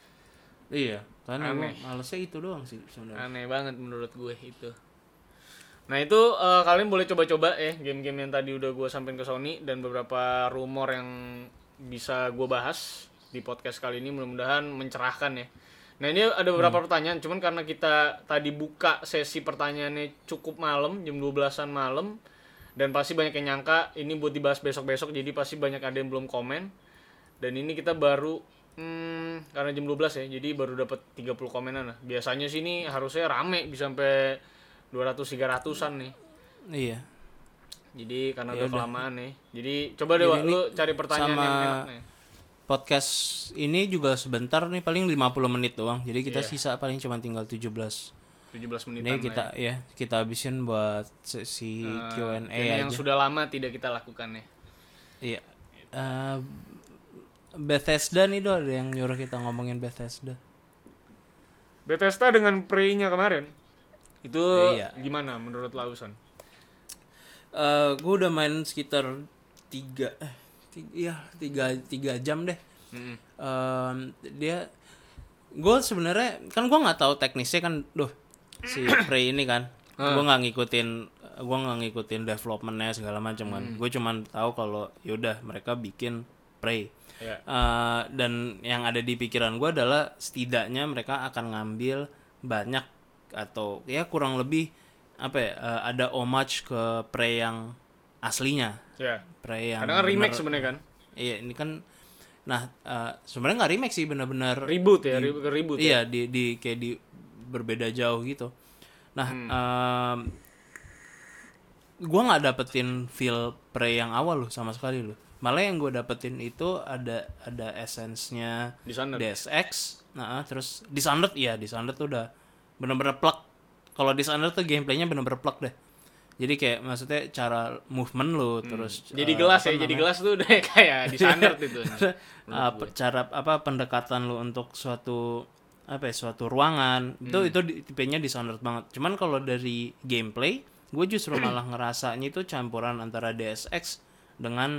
Iya, karena Aneh. emang malesnya itu doang sih sebenarnya. Aneh banget menurut gue itu. Nah itu eh, kalian boleh coba-coba ya game-game yang tadi udah gue sampein ke Sony dan beberapa rumor yang bisa gue bahas di podcast kali ini, mudah-mudahan mencerahkan ya. Nah ini ada beberapa pertanyaan, cuman karena kita tadi buka sesi pertanyaannya cukup malam, jam dua belasan malam, dan pasti banyak yang nyangka ini buat dibahas besok-besok, jadi pasti banyak ada yang belum komen. Dan ini kita baru Hmm, karena jam dua belas ya, jadi baru dapat tiga puluh komenan lah. Biasanya sih ini harusnya rame bisa sampai dua ratus tiga ratusan nih. Iya. Jadi karena Ya udah udah. kelamaan nih. Jadi coba deh Jadi Wak, ini lu cari pertanyaan sama yang enak nih. podcast ini juga sebentar nih, paling lima puluh menit doang. Jadi kita Iya. sisa paling cuma tinggal tujuh belas. tujuh belas menitan. Ini kita ya, kita habisin buat sesi ya. Q and A Ini aja. yang sudah lama tidak kita lakukan ya. Iya. Eh, Bethesda nih, Do, ada yang nyuruh kita ngomongin Bethesda. Bethesda dengan Prey-nya kemarin. Itu Iya. gimana menurut Lawson? Eh, gue udah main sekitar tiga, eh, tiga, ya tiga tiga jam deh. Mm-mm. Em, dia, gue sebenarnya kan gue nggak tahu teknisnya kan, doh si Prey ini kan, gue nggak ngikutin, gue nggak ngikutin developmentnya segala macam kan. Gue cuman tahu kalau yaudah mereka bikin Prey. Ya. Eh, dan yang ada di pikiran gue adalah setidaknya mereka akan ngambil banyak atau ya kurang lebih apa ya, eh, ada homage ke Prey yang aslinya, Ya. Prey yang Kadang kan remake bener- sebenarnya kan. iya ini kan, nah eh, sebenarnya nggak remake sih, benar-benar Reboot ya, re- reboot ya. iya di di kayak di berbeda jauh gitu. Nah, em, gue nggak dapetin feel Prey yang awal loh sama sekali loh. Malah yang gue dapetin itu ada ada essence-nya Dishonored. D S X, nah terus Dishonored, iya Dishonored tuh udah bener-bener plug. Kalau Dishonored tuh gameplaynya bener-bener plug deh. Jadi kayak maksudnya cara movement lo, terus Jadi eh, gelas apa ya, jadi namanya? gelas tuh udah kayak Dishonored itu. Apa, cara apa pendekatan lo untuk suatu apa ya, suatu ruangan itu itu di- tipenya Dishonored banget. Cuman kalau dari gameplay, gue justru malah ngerasanya itu campuran antara D S X dengan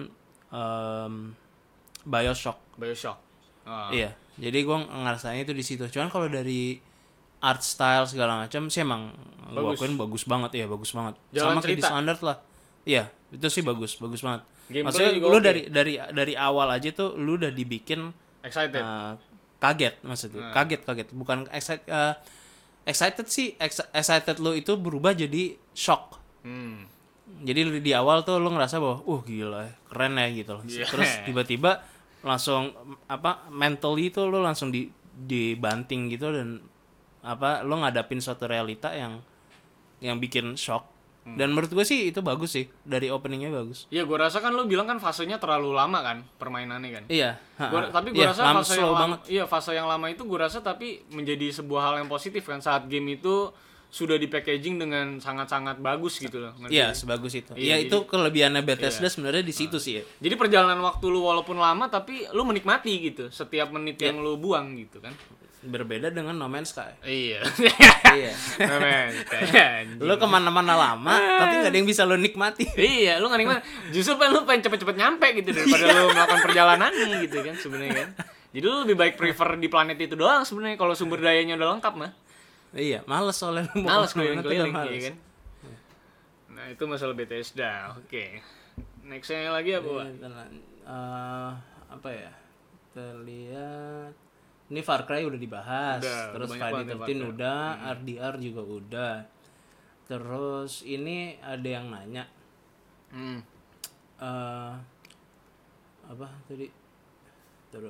em, BioShock. BioShock. Ah. Iya, jadi gue ngerasanya itu di situ. Cuman kalau dari art style segala macam sih emang gue Bagus. akuin bagus banget ya, bagus banget. Jalan Sama kayak cerita. Dishonored lah. Iya, itu sih bagus, bagus banget. Gameplay Maksudnya juga lu oke. dari dari dari awal aja tuh lu udah dibikin Excited. uh, kaget maksudnya. Kaget, kaget. Bukan excited uh, excited sih, ex- excited lu itu berubah jadi shock. Hmm. Jadi lu di awal tuh lu ngerasa bahwa uh gila ya, keren ya gitu loh. Yeah. Terus tiba-tiba langsung apa mentally tuh lu langsung di dibanting gitu, dan apa lu ngadapin suatu realita yang yang bikin shock. Dan menurut gue sih itu bagus sih, dari openingnya bagus. Iya, gue rasa kan lu bilang kan fasenya terlalu lama kan permainannya kan. Iya. Gua, ha-ha. tapi gue Iya, rasa lam- fase slow yang lama, banget. iya fase yang lama itu gue rasa tapi menjadi sebuah hal yang positif kan saat game itu sudah di packaging dengan sangat-sangat bagus gitu loh. Ngerti? Iya, sebagus itu. Iya, Iya, jadi- itu kelebihannya Bethesda sebenarnya di situ sih ya. Jadi perjalanan waktu lu walaupun lama tapi lu menikmati gitu setiap menit yang lu buang gitu kan. Berbeda dengan No Man's Sky. Iya. Iya. Men, kayak Lu kemana-mana lama, tapi gak ada yang bisa lu nikmati. Iya, lu nggak nikmat. Justru pengen lu pengen cepet-cepet nyampe gitu daripada lu melakukan perjalanan gitu kan sebenarnya kan. Jadi lu lebih baik prefer di planet itu doang sebenarnya kalau sumber dayanya udah lengkap mah. Iya, males soalnya lu mau Males kemana-mana tuh udah keliling-keliling males. iya kan. Nah, itu masalah Bethesda. Oke. Nextnya lagi apa, Pak? Iya, tenang. Eh, apa ya? Kita lihat. Ini Far Cry udah dibahas. Udah, Terus banyak Friday banget ya Far thirteen Cry. udah, R D R juga udah. Terus ini ada yang nanya Hmm. eh apa tadi? Terus,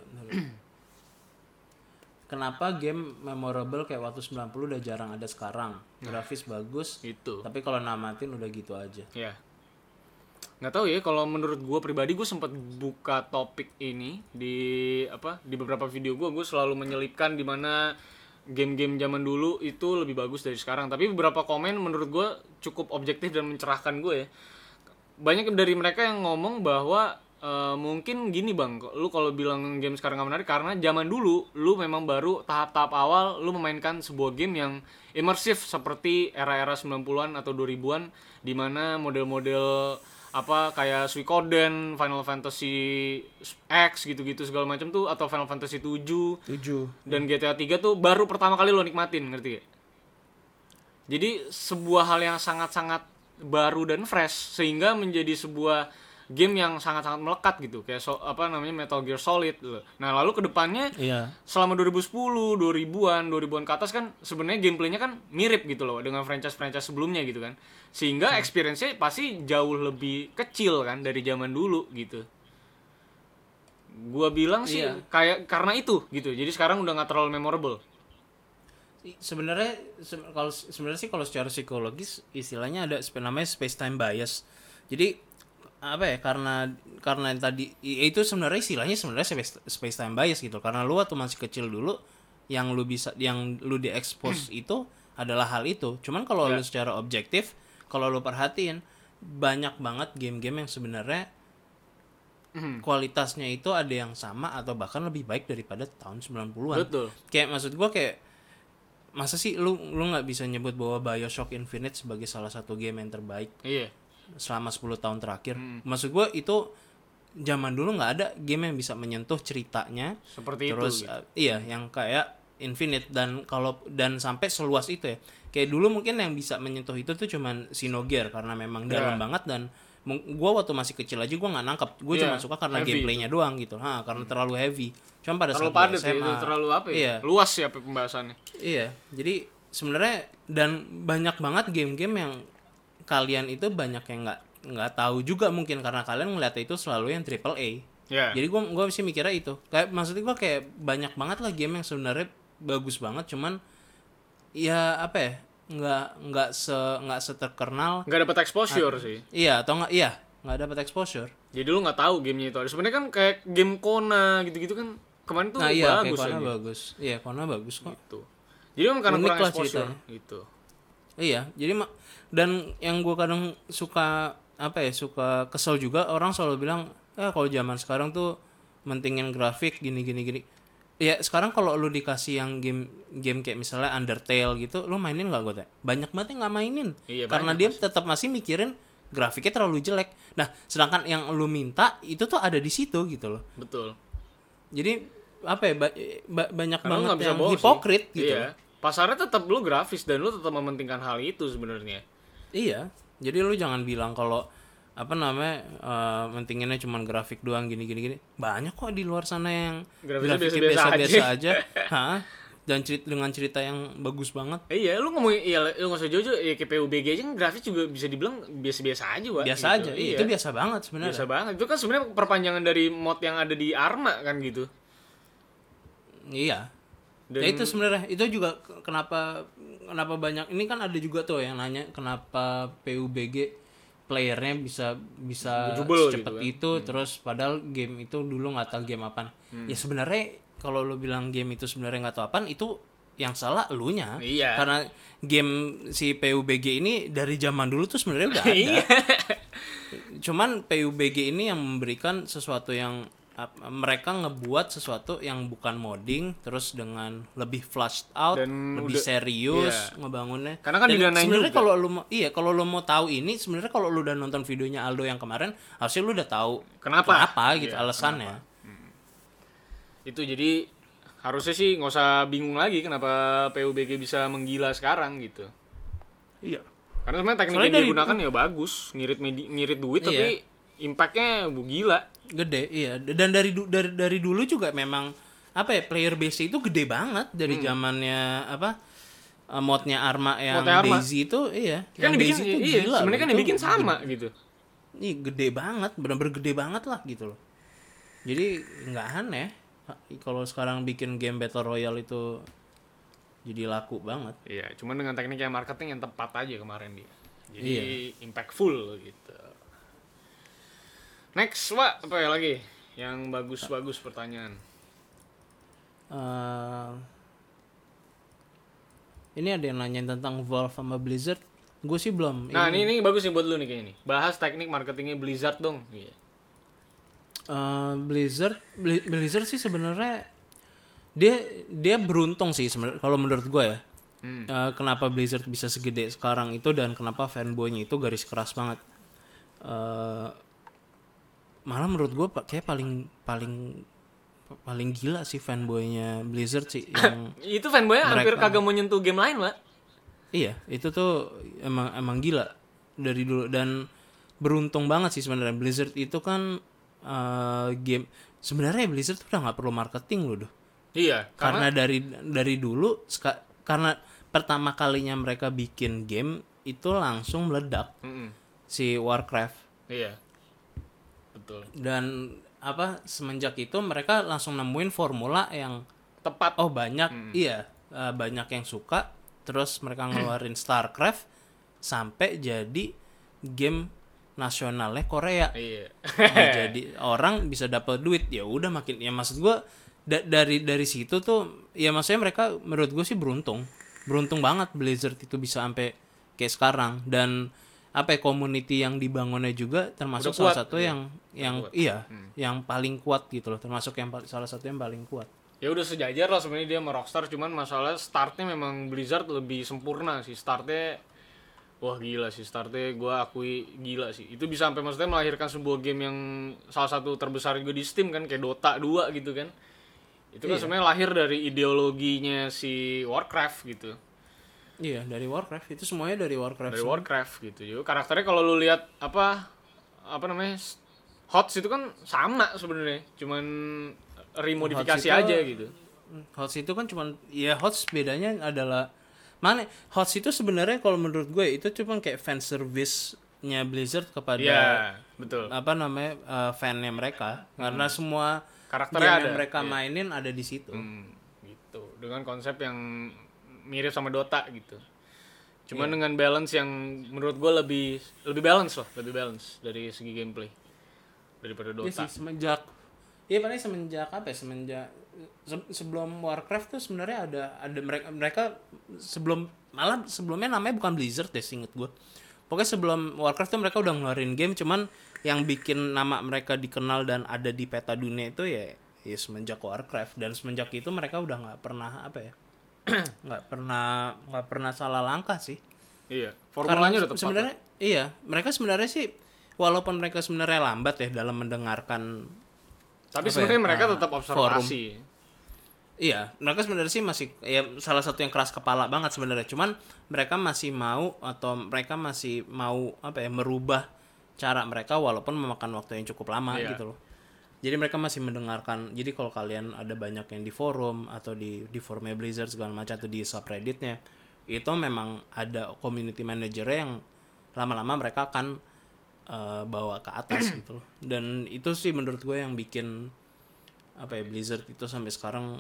kenapa game memorable kayak waktu sembilan puluh udah jarang ada sekarang? Grafis bagus, Itu. tapi kalau namatin udah gitu aja. Ya. Nggak tahu ya, kalau menurut gue pribadi gue sempat buka topik ini di apa di beberapa video gue gue selalu menyelipkan di mana game-game zaman dulu itu lebih bagus dari sekarang, tapi beberapa komen menurut gue cukup objektif dan mencerahkan gue ya. Banyak dari mereka yang ngomong bahwa e, mungkin gini bang, lu kalau bilang game sekarang nggak menarik karena zaman dulu lu memang baru tahap-tahap awal lu memainkan sebuah game yang imersif seperti era-era sembilan puluhan atau dua ribuan di mana model-model apa kayak Suikoden, Final Fantasy X gitu-gitu segala macam tuh, atau Final Fantasy tujuh Tujuh. dan G T A tiga tuh baru pertama kali lo nikmatin, ngerti gak? Jadi sebuah hal yang sangat-sangat baru dan fresh sehingga menjadi sebuah game yang sangat-sangat melekat gitu, kayak so, apa namanya Metal Gear Solid loh. Nah, lalu kedepannya Iya. selama dua ribu sepuluh, dua ribuan, dua ribuan ke atas kan sebenarnya gameplaynya kan mirip gitu loh dengan franchise-franchise sebelumnya gitu kan. Sehingga experience-nya pasti jauh lebih kecil kan dari zaman dulu gitu. Gua bilang sih Iya. kayak karena itu gitu. Jadi sekarang udah nggak terlalu memorable. Sebenarnya se- kalau sebenarnya sih kalau secara psikologis istilahnya ada sp- namanya space time bias. Jadi apa ya, karena karena yang tadi i- itu sebenarnya istilahnya sebenarnya space, space time bias gitu. Karena lu waktu masih kecil dulu yang lu bisa yang lu diekspos itu adalah hal itu. Cuman kalau Ya. lu secara objektif, kalau lu perhatiin banyak banget game-game yang sebenarnya Mhm. kualitasnya itu ada yang sama atau bahkan lebih baik daripada tahun sembilan puluhan. Betul. Kayak maksud gua kayak masa sih lu lu nggak bisa nyebut bahwa BioShock Infinite sebagai salah satu game yang terbaik Iya. selama sepuluh tahun terakhir? Hmm. Maksud gua itu zaman dulu nggak ada game yang bisa menyentuh ceritanya Seperti terus itu. Gitu. uh, iya yang kayak Infinite, dan kalau dan sampai seluas itu ya. Kayak dulu mungkin yang bisa menyentuh itu tuh cuman Xenogear karena memang dalam Ya. banget, dan mung- gua waktu masih kecil aja gua nggak nangkep. Gue Iya, cuma suka karena heavy gameplaynya doang gitu. Ha, karena terlalu heavy. Cuma pada Terlalu saat padat di ya, S M A, itu terlalu apa ya? Iya. Luas ya pembahasannya. Iya, jadi sebenarnya dan banyak banget game-game yang kalian itu banyak yang nggak nggak tahu juga mungkin karena kalian ngeliat itu selalu yang triple A. Ya. Jadi gua gua sih mikirnya itu. Kayak maksudnya gua kayak banyak banget lah game yang sebenarnya bagus banget, cuman ya apa ya? nggak nggak se nggak seterkenal. Nggak dapat exposure sih. Iya, atau nggak iya, nggak dapat exposure. Jadi lu nggak tahu gamenya itu ada. Sebenarnya kan kayak game Kona gitu-gitu kan kemarin tuh Nah, iya, kayak bagus Kona aja. bagus. Iya, Kona bagus kok. Gitu. Jadi memang karena Unik kurang lah exposure ceritanya. gitu. Iya, jadi mak dan yang gue kadang suka apa ya, suka kesel juga orang selalu bilang, "Eh, kalau zaman sekarang tuh mentingin grafik gini gini gini." Ya, sekarang kalau lu dikasih yang game game kayak misalnya Undertale gitu, lu mainin nggak gue tanya? Banyak banget yang nggak mainin. Iya, Karena banyak dia tetap masih mikirin grafiknya terlalu jelek. Nah, sedangkan yang lu minta itu tuh ada di situ gitu loh. Betul. Jadi apa ya, ba- ba- banyak Karena lu banget nggak bisa yang bohong sih. hipokrit gitu. Iya. Pasarnya tetap lu grafis dan lu tetap mementingkan hal itu sebenarnya. Iya, jadi lu jangan bilang kalau apa namanya eh, mentinginnya cuma grafik doang gini gini gini. Banyak kok di luar sana yang Grafisnya grafiknya biasa-biasa biasa-biasa aja. aja, Hah? Dan cerita dengan cerita yang bagus banget. Eh, iya, lu ngomongin iya, lu nggak usah jauh-jauh ya kayak P U B G aja kan grafis juga bisa dibilang biasa-biasa aja, Wak. Biasa gitu. aja, iya, Iya. itu biasa banget sebenarnya. Biasa banget. Itu kan sebenarnya perpanjangan dari mod yang ada di Arma kan gitu. Iya. Dan Ya itu sebenarnya itu juga ke- kenapa kenapa banyak ini kan ada juga tuh yang nanya kenapa P U B G playernya bisa bisa Bejubel secepat gitu kan. itu terus padahal game itu dulu nggak tahu game apaan. Hmm. Ya sebenarnya kalau lu bilang game itu sebenarnya nggak tahu apaan, itu yang salah elunya. Iya. Karena game si P U B G ini dari zaman dulu tuh sebenarnya udah ada. Iya. Cuman P U B G ini yang memberikan sesuatu yang ap- mereka ngebuat sesuatu yang bukan modding terus dengan lebih flushed out, Dan lebih udah- serius iya. ngebangunnya. Karena kan Dan didanain sebenarnya juga. kalau lu mau iya kalau lu mau tahu ini sebenarnya kalau lu udah nonton videonya Aldo yang kemarin harusnya lu udah tahu Kenapa? gitu Iya, alasannya. Itu jadi harusnya sih nggak usah bingung lagi kenapa P U B G bisa menggila sekarang gitu. Iya. Karena sebenarnya teknik Soalnya yang dari- digunakan ya bagus, ngirit medi- ngirit duit Iya. tapi impactnya gila. Gede, iya. Dan dari du- dari dari dulu juga memang apa ya, player base itu gede banget dari Hmm. zamannya apa eh, modnya Arma yang Modnya Arma. Daisy itu iya. Kan Yang dibikin Daisy itu iya, gila sebenarnya loh. kan Itu dibikin sama gede- gitu. Ih, gede banget, benar-benar gede banget lah gitu loh. Jadi nggak aneh ha- kalau sekarang bikin game Battle Royale itu jadi laku banget. Iya, cuman dengan teknik yang marketing yang tepat aja kemarin dia. Jadi Iya. impactful gitu. Next, Wak, apa ya lagi? Yang bagus-bagus pertanyaan. Eh, ini ada yang nanyain tentang Valve sama Blizzard. Gue sih belum. Nah, ini, ini bagus nih buat lu nih kayaknya nih. Bahas teknik marketingnya Blizzard dong. Iya. Eh, Blizzard Bli- Blizzard sih sebenarnya dia dia beruntung sih sebenarnya kalau menurut gue ya. Hmm. Eh, kenapa Blizzard bisa segede sekarang itu dan kenapa fanboynya itu garis keras banget. Eh, malah menurut gue kayak paling paling paling gila sih fanboynya Blizzard sih yang Itu fanboynya hampir Mereka- kagak mau nyentuh game lain, Wak. iya itu tuh emang emang gila dari dulu, dan beruntung banget sih sebenarnya Blizzard itu kan eh, game sebenarnya Blizzard tuh udah nggak perlu marketing loh Duh. Iya, Karena karena, dari dari dulu ska- karena pertama kalinya mereka bikin game itu langsung meledak Mm-mm. si Warcraft, Iya. Betul. dan apa semenjak itu mereka langsung nemuin formula yang Tepat. oh banyak iya eh, banyak yang suka, terus mereka ngeluarin StarCraft sampai jadi game nasionalnya Korea. Iya. Nah, jadi orang bisa dapat duit, ya udah makin ya maksud gua da- dari dari situ tuh ya maksudnya mereka menurut gue sih beruntung beruntung banget Blizzard itu bisa sampai kayak sekarang, dan apa ya, community yang dibangunnya juga termasuk Udah salah kuat, satu iya. yang yang kuat. iya yang paling kuat gitu loh, termasuk yang pal- salah satu yang paling kuat. Ya udah sejajar lah sebenarnya dia sama Rockstar, cuman masalah startnya memang Blizzard lebih sempurna sih startnya. Wah gila sih startnya, gue akui gila sih. Itu bisa sampai maksudnya melahirkan sebuah game yang salah satu terbesar juga di Steam kan, kayak Dota dua gitu kan. Itu kan Iya. sebenarnya lahir dari ideologinya si Warcraft gitu. Iya, dari Warcraft itu semuanya dari Warcraft. Dari semua. Warcraft gitu. Yo, karakternya kalau lu lihat apa apa namanya HOTS itu kan sama sebenarnya, cuman remodifikasi HOTS itu- aja gitu. HOTS itu kan cuman ya HOTS bedanya adalah mana HOTS itu sebenarnya kalau menurut gue itu cuma kayak fan service-nya Blizzard kepada Iya, betul. apa namanya uh, fan-nya mereka, karena semua Karakternya game ada. yang mereka Iya. mainin ada di situ. Hmm, gitu. Dengan konsep yang mirip sama Dota gitu. Cuman Iya. dengan balance yang menurut gue lebih lebih balance lah, lebih balance dari segi gameplay daripada Iya Dota. sih semenjak iya paling semenjak apa ya semenjak se- sebelum Warcraft tuh sebenarnya ada ada mereka mereka sebelum malah sebelumnya namanya bukan Blizzard deh seinget gue. Pokoknya sebelum Warcraft tuh mereka udah ngeluarin game, cuman yang bikin nama mereka dikenal dan ada di peta dunia itu ya ya semenjak Warcraft, dan semenjak itu mereka udah nggak pernah apa ya nggak pernah nggak pernah salah langkah sih. Iya, Karena formulanya udah tepat. sebenarnya iya mereka sebenarnya sih walaupun mereka sebenarnya lambat ya dalam mendengarkan. Tapi apa sebenarnya ya, mereka uh, tetap observasi. Iya, mereka sebenarnya sih masih ya salah satu yang keras kepala banget sebenarnya. Cuman mereka masih mau atau mereka masih mau apa ya merubah cara mereka walaupun memakan waktu yang cukup lama Iya. gitu loh. Jadi mereka masih mendengarkan. Jadi kalau kalian ada banyak yang di forum atau di di forumnya Blizzard segala macam atau di subredditnya, itu memang ada community manager yang lama-lama mereka akan uh, bawa ke atas gitu loh. Dan itu sih menurut gue yang bikin apa ya Blizzard itu sampai sekarang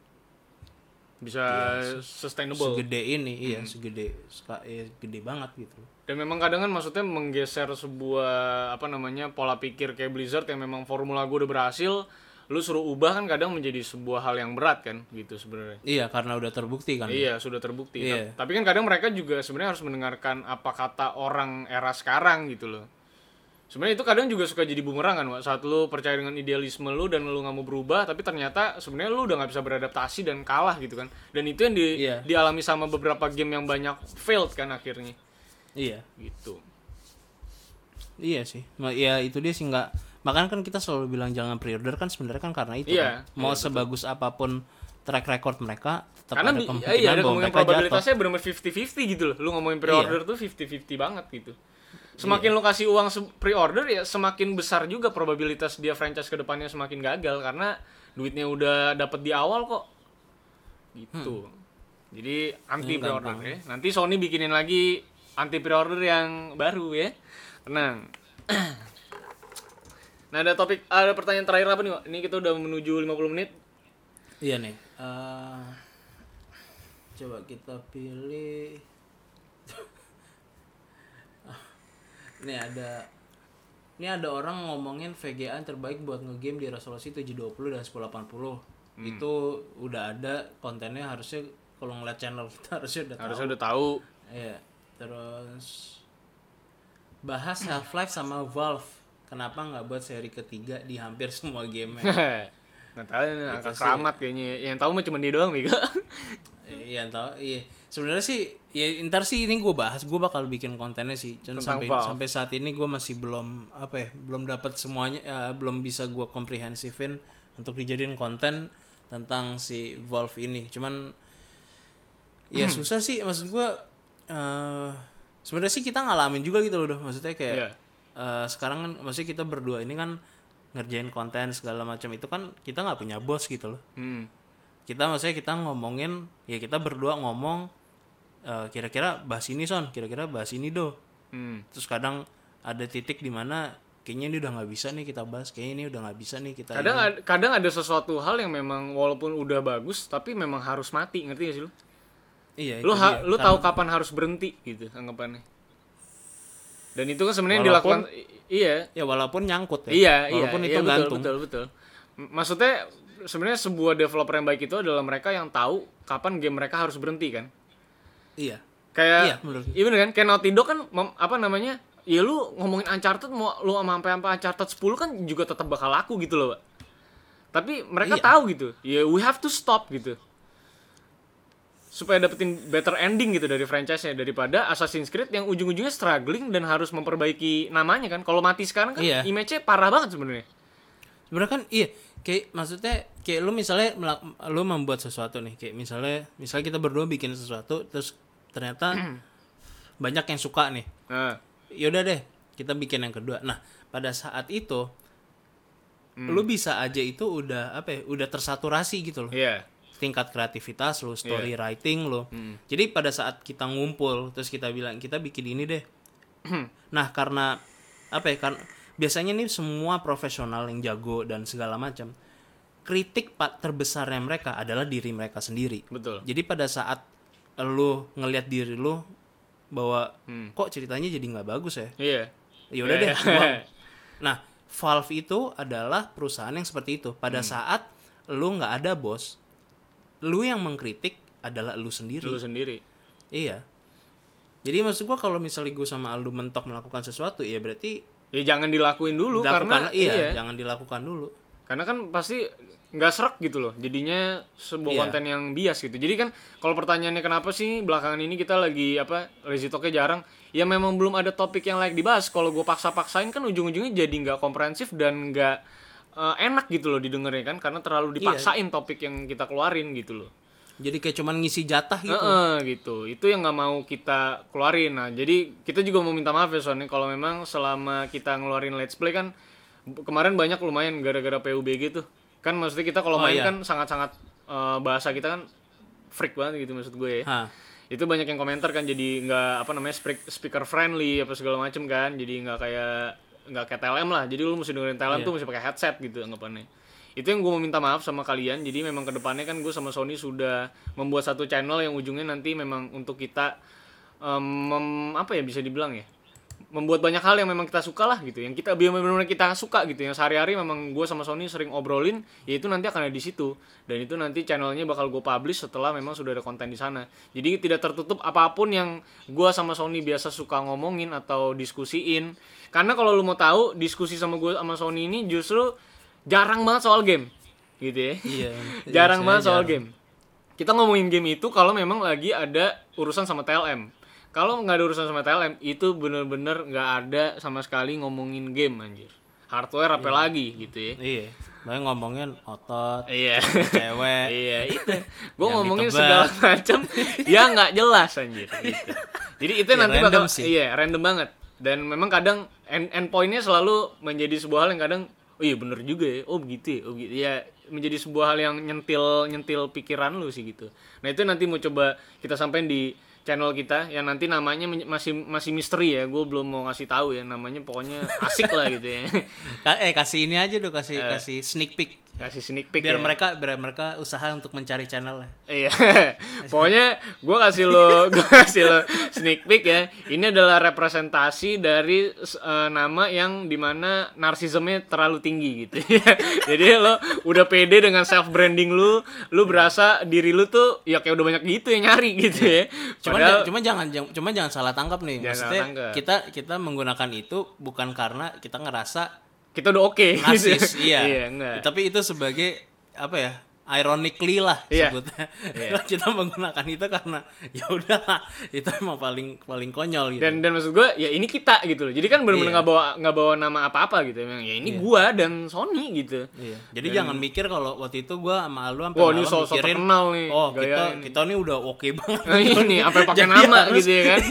Bisa sustainable. segede ini, iya segede ska- ya, gede banget gitu. Dan memang kadang kan maksudnya menggeser sebuah apa namanya pola pikir kayak Blizzard yang memang formula gue udah berhasil, lu suruh ubah kan kadang menjadi sebuah hal yang berat kan gitu sebenarnya. Iya karena udah terbukti kan. Iya, sudah terbukti. Iya. Ta- Tapi kan kadang mereka juga sebenarnya harus mendengarkan apa kata orang era sekarang gitu loh. Sebenarnya itu kadang juga suka jadi bumerang kan, Wak. Saat lu percaya dengan idealisme lu dan lu nggak mau berubah, tapi ternyata sebenarnya lu udah nggak bisa beradaptasi dan kalah gitu kan. Dan itu yang di- Iya. dialami sama beberapa game yang banyak failed kan akhirnya. Iya. Gitu. Iya sih. Ma- Ya itu dia sih nggak. Makanya kan kita selalu bilang jangan pre-order kan sebenarnya kan karena itu. Iya, kan. Mau iya, sebagus apapun track record mereka tetap Karena ada bi- kemungkinan iya, ada bahwa kemungkinan mereka jatuh. probabilitasnya benar-benar fifty fifty gitu loh. Lu ngomongin pre-order tuh fifty fifty banget gitu. Semakin lu kasih uang se- pre-order ya semakin besar juga probabilitas dia franchise kedepannya semakin gagal karena duitnya udah dapet di awal kok. Gitu. Jadi anti Ini pre-order gampang. ya. Nanti Sony bikinin lagi anti pre-order yang baru ya. Tenang. Nah, ada topik ada pertanyaan terakhir apa nih, Wak? Ini kita udah menuju lima puluh menit. Iya nih. eh, coba kita pilih. Ini ada ini ada orang ngomongin V G A terbaik buat ngegame di resolusi tujuh dua puluh dan sepuluh delapan puluh. Itu udah ada kontennya, harusnya kalau ngeliat channel kita harusnya udah Harusnya tahu. udah tahu. Iya. Terus bahas Half-Life sama Valve. Kenapa nggak buat seri ketiga di hampir semua game? Nggak tahu ini angka sih. keramat kayaknya. Yang tahu mah cuma dia doang nih, Iya, tahu. Iya. Sebenarnya sih ya ntar sih ini gue bahas, gue bakal bikin kontennya sih. Cuman Tentang sampai Valve. sampai saat ini gue masih belum apa ya, belum dapat semuanya, ya, belum bisa gue komprehensifin untuk dijadiin konten tentang si Valve ini. Cuman ya susah sih, maksud gue eh sebenarnya sih kita ngalamin juga gitu loh, Doh. Maksudnya kayak Iya. eh, sekarang kan maksudnya kita berdua ini kan ngerjain konten segala macam itu kan kita nggak punya bos gitu loh. Hmm. Kita maksudnya kita ngomongin ya kita berdua ngomong eh, kira-kira bahas ini Son, kira-kira bahas ini Do. Hmm. Terus kadang ada titik di mana kayaknya ini udah nggak bisa nih kita bahas, kayaknya ini udah nggak bisa nih kita Kadang ini. ad- kadang ada sesuatu hal yang memang walaupun udah bagus tapi memang harus mati, ngerti gak sih lu? Iya, Lu itu ha- dia. lu Karena- tahu kapan harus berhenti gitu anggapannya. Dan itu kan sebenarnya Walaupun- dilakukan i- iya. ya walaupun nyangkut ya, Iya, walaupun iya, itu iya, betul, gantung. betul, betul. M- Maksudnya sebenarnya sebuah developer yang baik itu adalah mereka yang tahu kapan game mereka harus berhenti kan. Iya. Kayak Iya, bener. iya bener kan? Kayak Naughty Dog kan mem- apa namanya? Ya lu ngomongin Uncharted mau lu sama sampai sampai Uncharted sepuluh kan juga tetap bakal laku gitu loh, Pak. Tapi mereka Iya. tahu gitu. Ya we have to stop gitu. Supaya dapetin better ending gitu dari franchise-nya daripada Assassin's Creed yang ujung-ujungnya struggling dan harus memperbaiki namanya kan. Kalau mati sekarang kan Iya. image-nya parah banget sebenarnya. Sebenarnya kan iya, kayak maksudnya kayak lu misalnya melak- lu membuat sesuatu nih, kayak misalnya misalnya kita berdua bikin sesuatu terus ternyata banyak yang suka nih. Nah, Yaudah deh, kita bikin yang kedua. Nah, pada saat itu lu bisa aja itu udah apa ya, udah tersaturasi gitu loh. iya. Tingkat kreativitas lu, story writing lu. Hmm. Jadi pada saat kita ngumpul terus kita bilang kita bikin ini deh. Nah, karena apa ya? Kan biasanya nih semua profesional yang jago dan segala macam, kritik pak terbesarnya mereka adalah diri mereka sendiri. Betul. Jadi pada saat lu ngelihat diri lu bahwa Hmm. kok ceritanya jadi nggak bagus ya? Iya. Ya udah Iya. deh, buang. Nah, Valve itu adalah perusahaan yang seperti itu. Pada Hmm. saat lu nggak ada bos, lu yang mengkritik adalah lu sendiri. Lu sendiri. Iya. Jadi maksud gua kalau misalnya gue sama Aldo mentok melakukan sesuatu, ya berarti Ya jangan dilakuin dulu karena dilakukan, iya, iya. jangan dilakukan dulu. Karena kan pasti nggak serak gitu loh. Jadinya sebuah Iya. konten yang bias gitu. Jadi kan kalau pertanyaannya kenapa sih belakangan ini kita lagi apa Lazy Talk-nya jarang? Ya memang belum ada topik yang layak dibahas. Kalau gue paksa-paksain kan ujung-ujungnya jadi nggak komprehensif dan nggak eh, enak gitu loh didengarnya kan. Karena terlalu dipaksain topik yang kita keluarin gitu loh. Jadi kayak cuman ngisi jatah gitu. Heeh, gitu. Itu yang nggak mau kita keluarin. Nah, jadi kita juga mau minta maaf ya soalnya kalau memang selama kita ngeluarin let's play kan b- kemarin banyak lumayan gara-gara P U B G tuh. Kan maksudnya kita kalau Oh, main iya. kan sangat-sangat eh, bahasa kita kan freak banget gitu maksud gue ya. Hah. Itu banyak yang komentar kan jadi nggak apa namanya speak- speaker friendly apa segala macem kan. Jadi nggak kayak nggak kayak T L M lah. Jadi lu mesti dengerin T L M Iya. tuh mesti pakai headset gitu anggapannya. Itu yang gue mau minta maaf sama kalian. Jadi memang kedepannya kan gue sama Sony sudah membuat satu channel yang ujungnya nanti memang untuk kita em, mem- apa ya bisa dibilang ya, membuat banyak hal yang memang kita suka lah gitu, yang kita benar-benar kita suka gitu, yang sehari-hari memang gue sama Sony sering obrolin, yaitu nanti akan ada di situ. Dan itu nanti channelnya bakal gue publish setelah memang sudah ada konten di sana. Jadi tidak tertutup apapun yang gue sama Sony biasa suka ngomongin atau diskusiin. Karena kalau lu mau tahu, diskusi sama gue sama Sony ini justru jarang banget soal game gitu ya. Iya. Jarang Iya, banget soal jarang. game. Kita ngomongin game itu kalau memang lagi ada urusan sama T L M. Kalau nggak ada urusan sama T L M, itu bener-bener nggak ada sama sekali ngomongin game anjir. Hardware apa lagi gitu ya. Iya. Banyak ngomongin otot, Iya. cewek. Iya itu. Gue Yang ngomongin ditebak. segala macam ya nggak jelas anjir gitu. Jadi itu Ya, nanti random bakal sih. iya random banget. Dan memang kadang end, end point-nya selalu menjadi sebuah hal yang kadang oh iya bener juga ya, oh begitu ya, oh gitu ya, menjadi sebuah hal yang nyentil nyentil pikiran lu sih gitu. Nah itu nanti mau coba kita sampein di channel kita yang nanti namanya men- masih masih misteri ya, gue belum mau ngasih tahu ya namanya, pokoknya asik lah gitu ya. Ka- Eh kasih ini aja dong, kasih kasih sneak peek. Kasih sneak peek Biar ya. mereka biar mereka usaha untuk mencari channelnya. Iya, pokoknya gue kasih lo, gue kasih lo sneak peek ya. Ini adalah representasi dari eh, nama yang dimana narsismnya terlalu tinggi gitu. Jadi lo udah pede dengan self branding lu, lu berasa diri lu tuh ya kayak udah banyak gitu yang nyari gitu ya. Cuman Padahal, ja- cuman jangan jang- cuman jangan salah tangkap nih. Jangan Maksudnya salah tangkap. kita kita menggunakan itu bukan karena kita ngerasa kita udah oke. narsis, iya. Iya, enggak. Tapi itu sebagai apa ya? Ironically lah Iya. sebutnya. Iya. Kita menggunakan itu karena ya udahlah, itu emang paling paling konyol gitu. Dan dan maksud gue ya ini kita gitu loh. Jadi kan benar-benar Iya. nggak bawa nggak bawa nama apa-apa gitu. Memang ya ini Iya. gua dan Sony gitu. Iya. Jadi jangan mikir kalau waktu itu gua sama lu sampai Wah, ini malam so- so mikirin terkenal nih, oh, gaya kita ini. kita nih udah oke banget. Nah, ini apa pakai Jadi nama harus- gitu ya kan.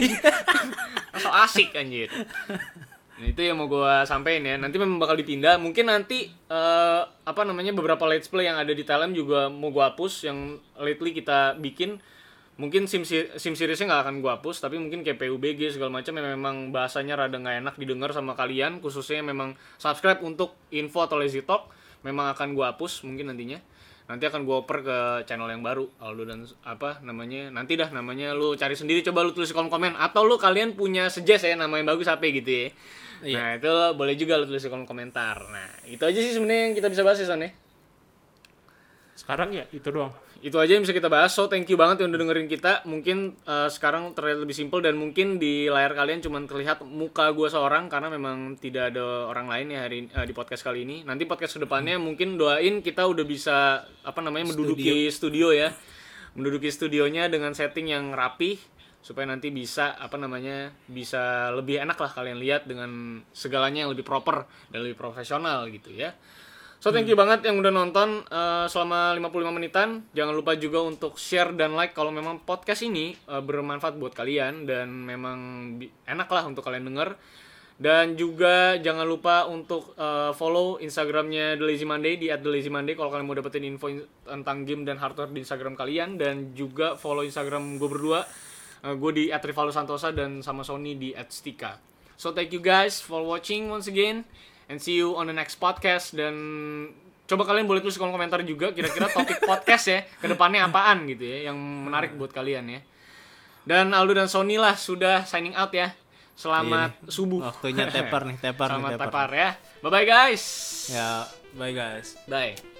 So asik anjir. Nah, itu yang mau gue sampein ya. Nanti memang bakal dipindah. Mungkin nanti eh, apa namanya beberapa let's play yang ada di T L M juga mau gue hapus. Yang lately kita bikin mungkin sim sim seriesnya nggak akan gue hapus, tapi mungkin kayak P U B G segala macam yang memang bahasanya rada nggak enak didengar sama kalian, khususnya yang memang subscribe untuk info atau lazy talk, memang akan gue hapus mungkin nantinya. Nanti akan gue oper ke channel yang baru, Aldo dan apa namanya, nanti dah namanya lu cari sendiri, coba lu tulis di kolom komen, atau lu kalian punya suggest ya nama yang bagus apa gitu ya. Iya. Nah itu boleh juga lu tulis di kolom komentar. Nah itu aja sih sebenarnya yang kita bisa bahas ya Son ya. Sekarang ya itu doang. Itu aja yang bisa kita bahas. So thank you banget yang udah dengerin kita. Mungkin uh, sekarang terlihat lebih simpel dan mungkin di layar kalian cuma terlihat muka gue seorang karena memang tidak ada orang lain ya hari uh, di podcast kali ini. Nanti podcast kedepannya hmm. mungkin doain kita udah bisa apa namanya menduduki studio, studio ya. Menduduki studionya dengan setting yang rapi supaya nanti bisa apa namanya bisa lebih enak lah kalian lihat dengan segalanya yang lebih proper dan lebih profesional gitu ya. So thank you hmm. banget yang udah nonton uh, selama lima puluh lima menitan. Jangan lupa juga untuk share dan like kalau memang podcast ini uh, bermanfaat buat kalian dan memang bi- enak lah untuk kalian denger. Dan juga jangan lupa untuk uh, follow Instagramnya The Lazy Monday di at the lazy monday kalau kalian mau dapetin info in- tentang game dan hardware di Instagram kalian. Dan juga follow Instagram gue berdua, uh, gue di at rivaldo santosa dan sama Sony di at stika. So thank you guys for watching once again. And see you on the next podcast. Dan coba kalian boleh tulis di kolom komentar juga kira-kira topik podcast ya kedepannya apaan gitu ya yang menarik buat kalian ya. Dan Aldo dan Sony lah sudah signing out ya. Selamat iya subuh. Waktunya tepar nih, tepar Selamat nih, tepar. tepar ya. Bye bye guys. Ya, bye guys. Bye.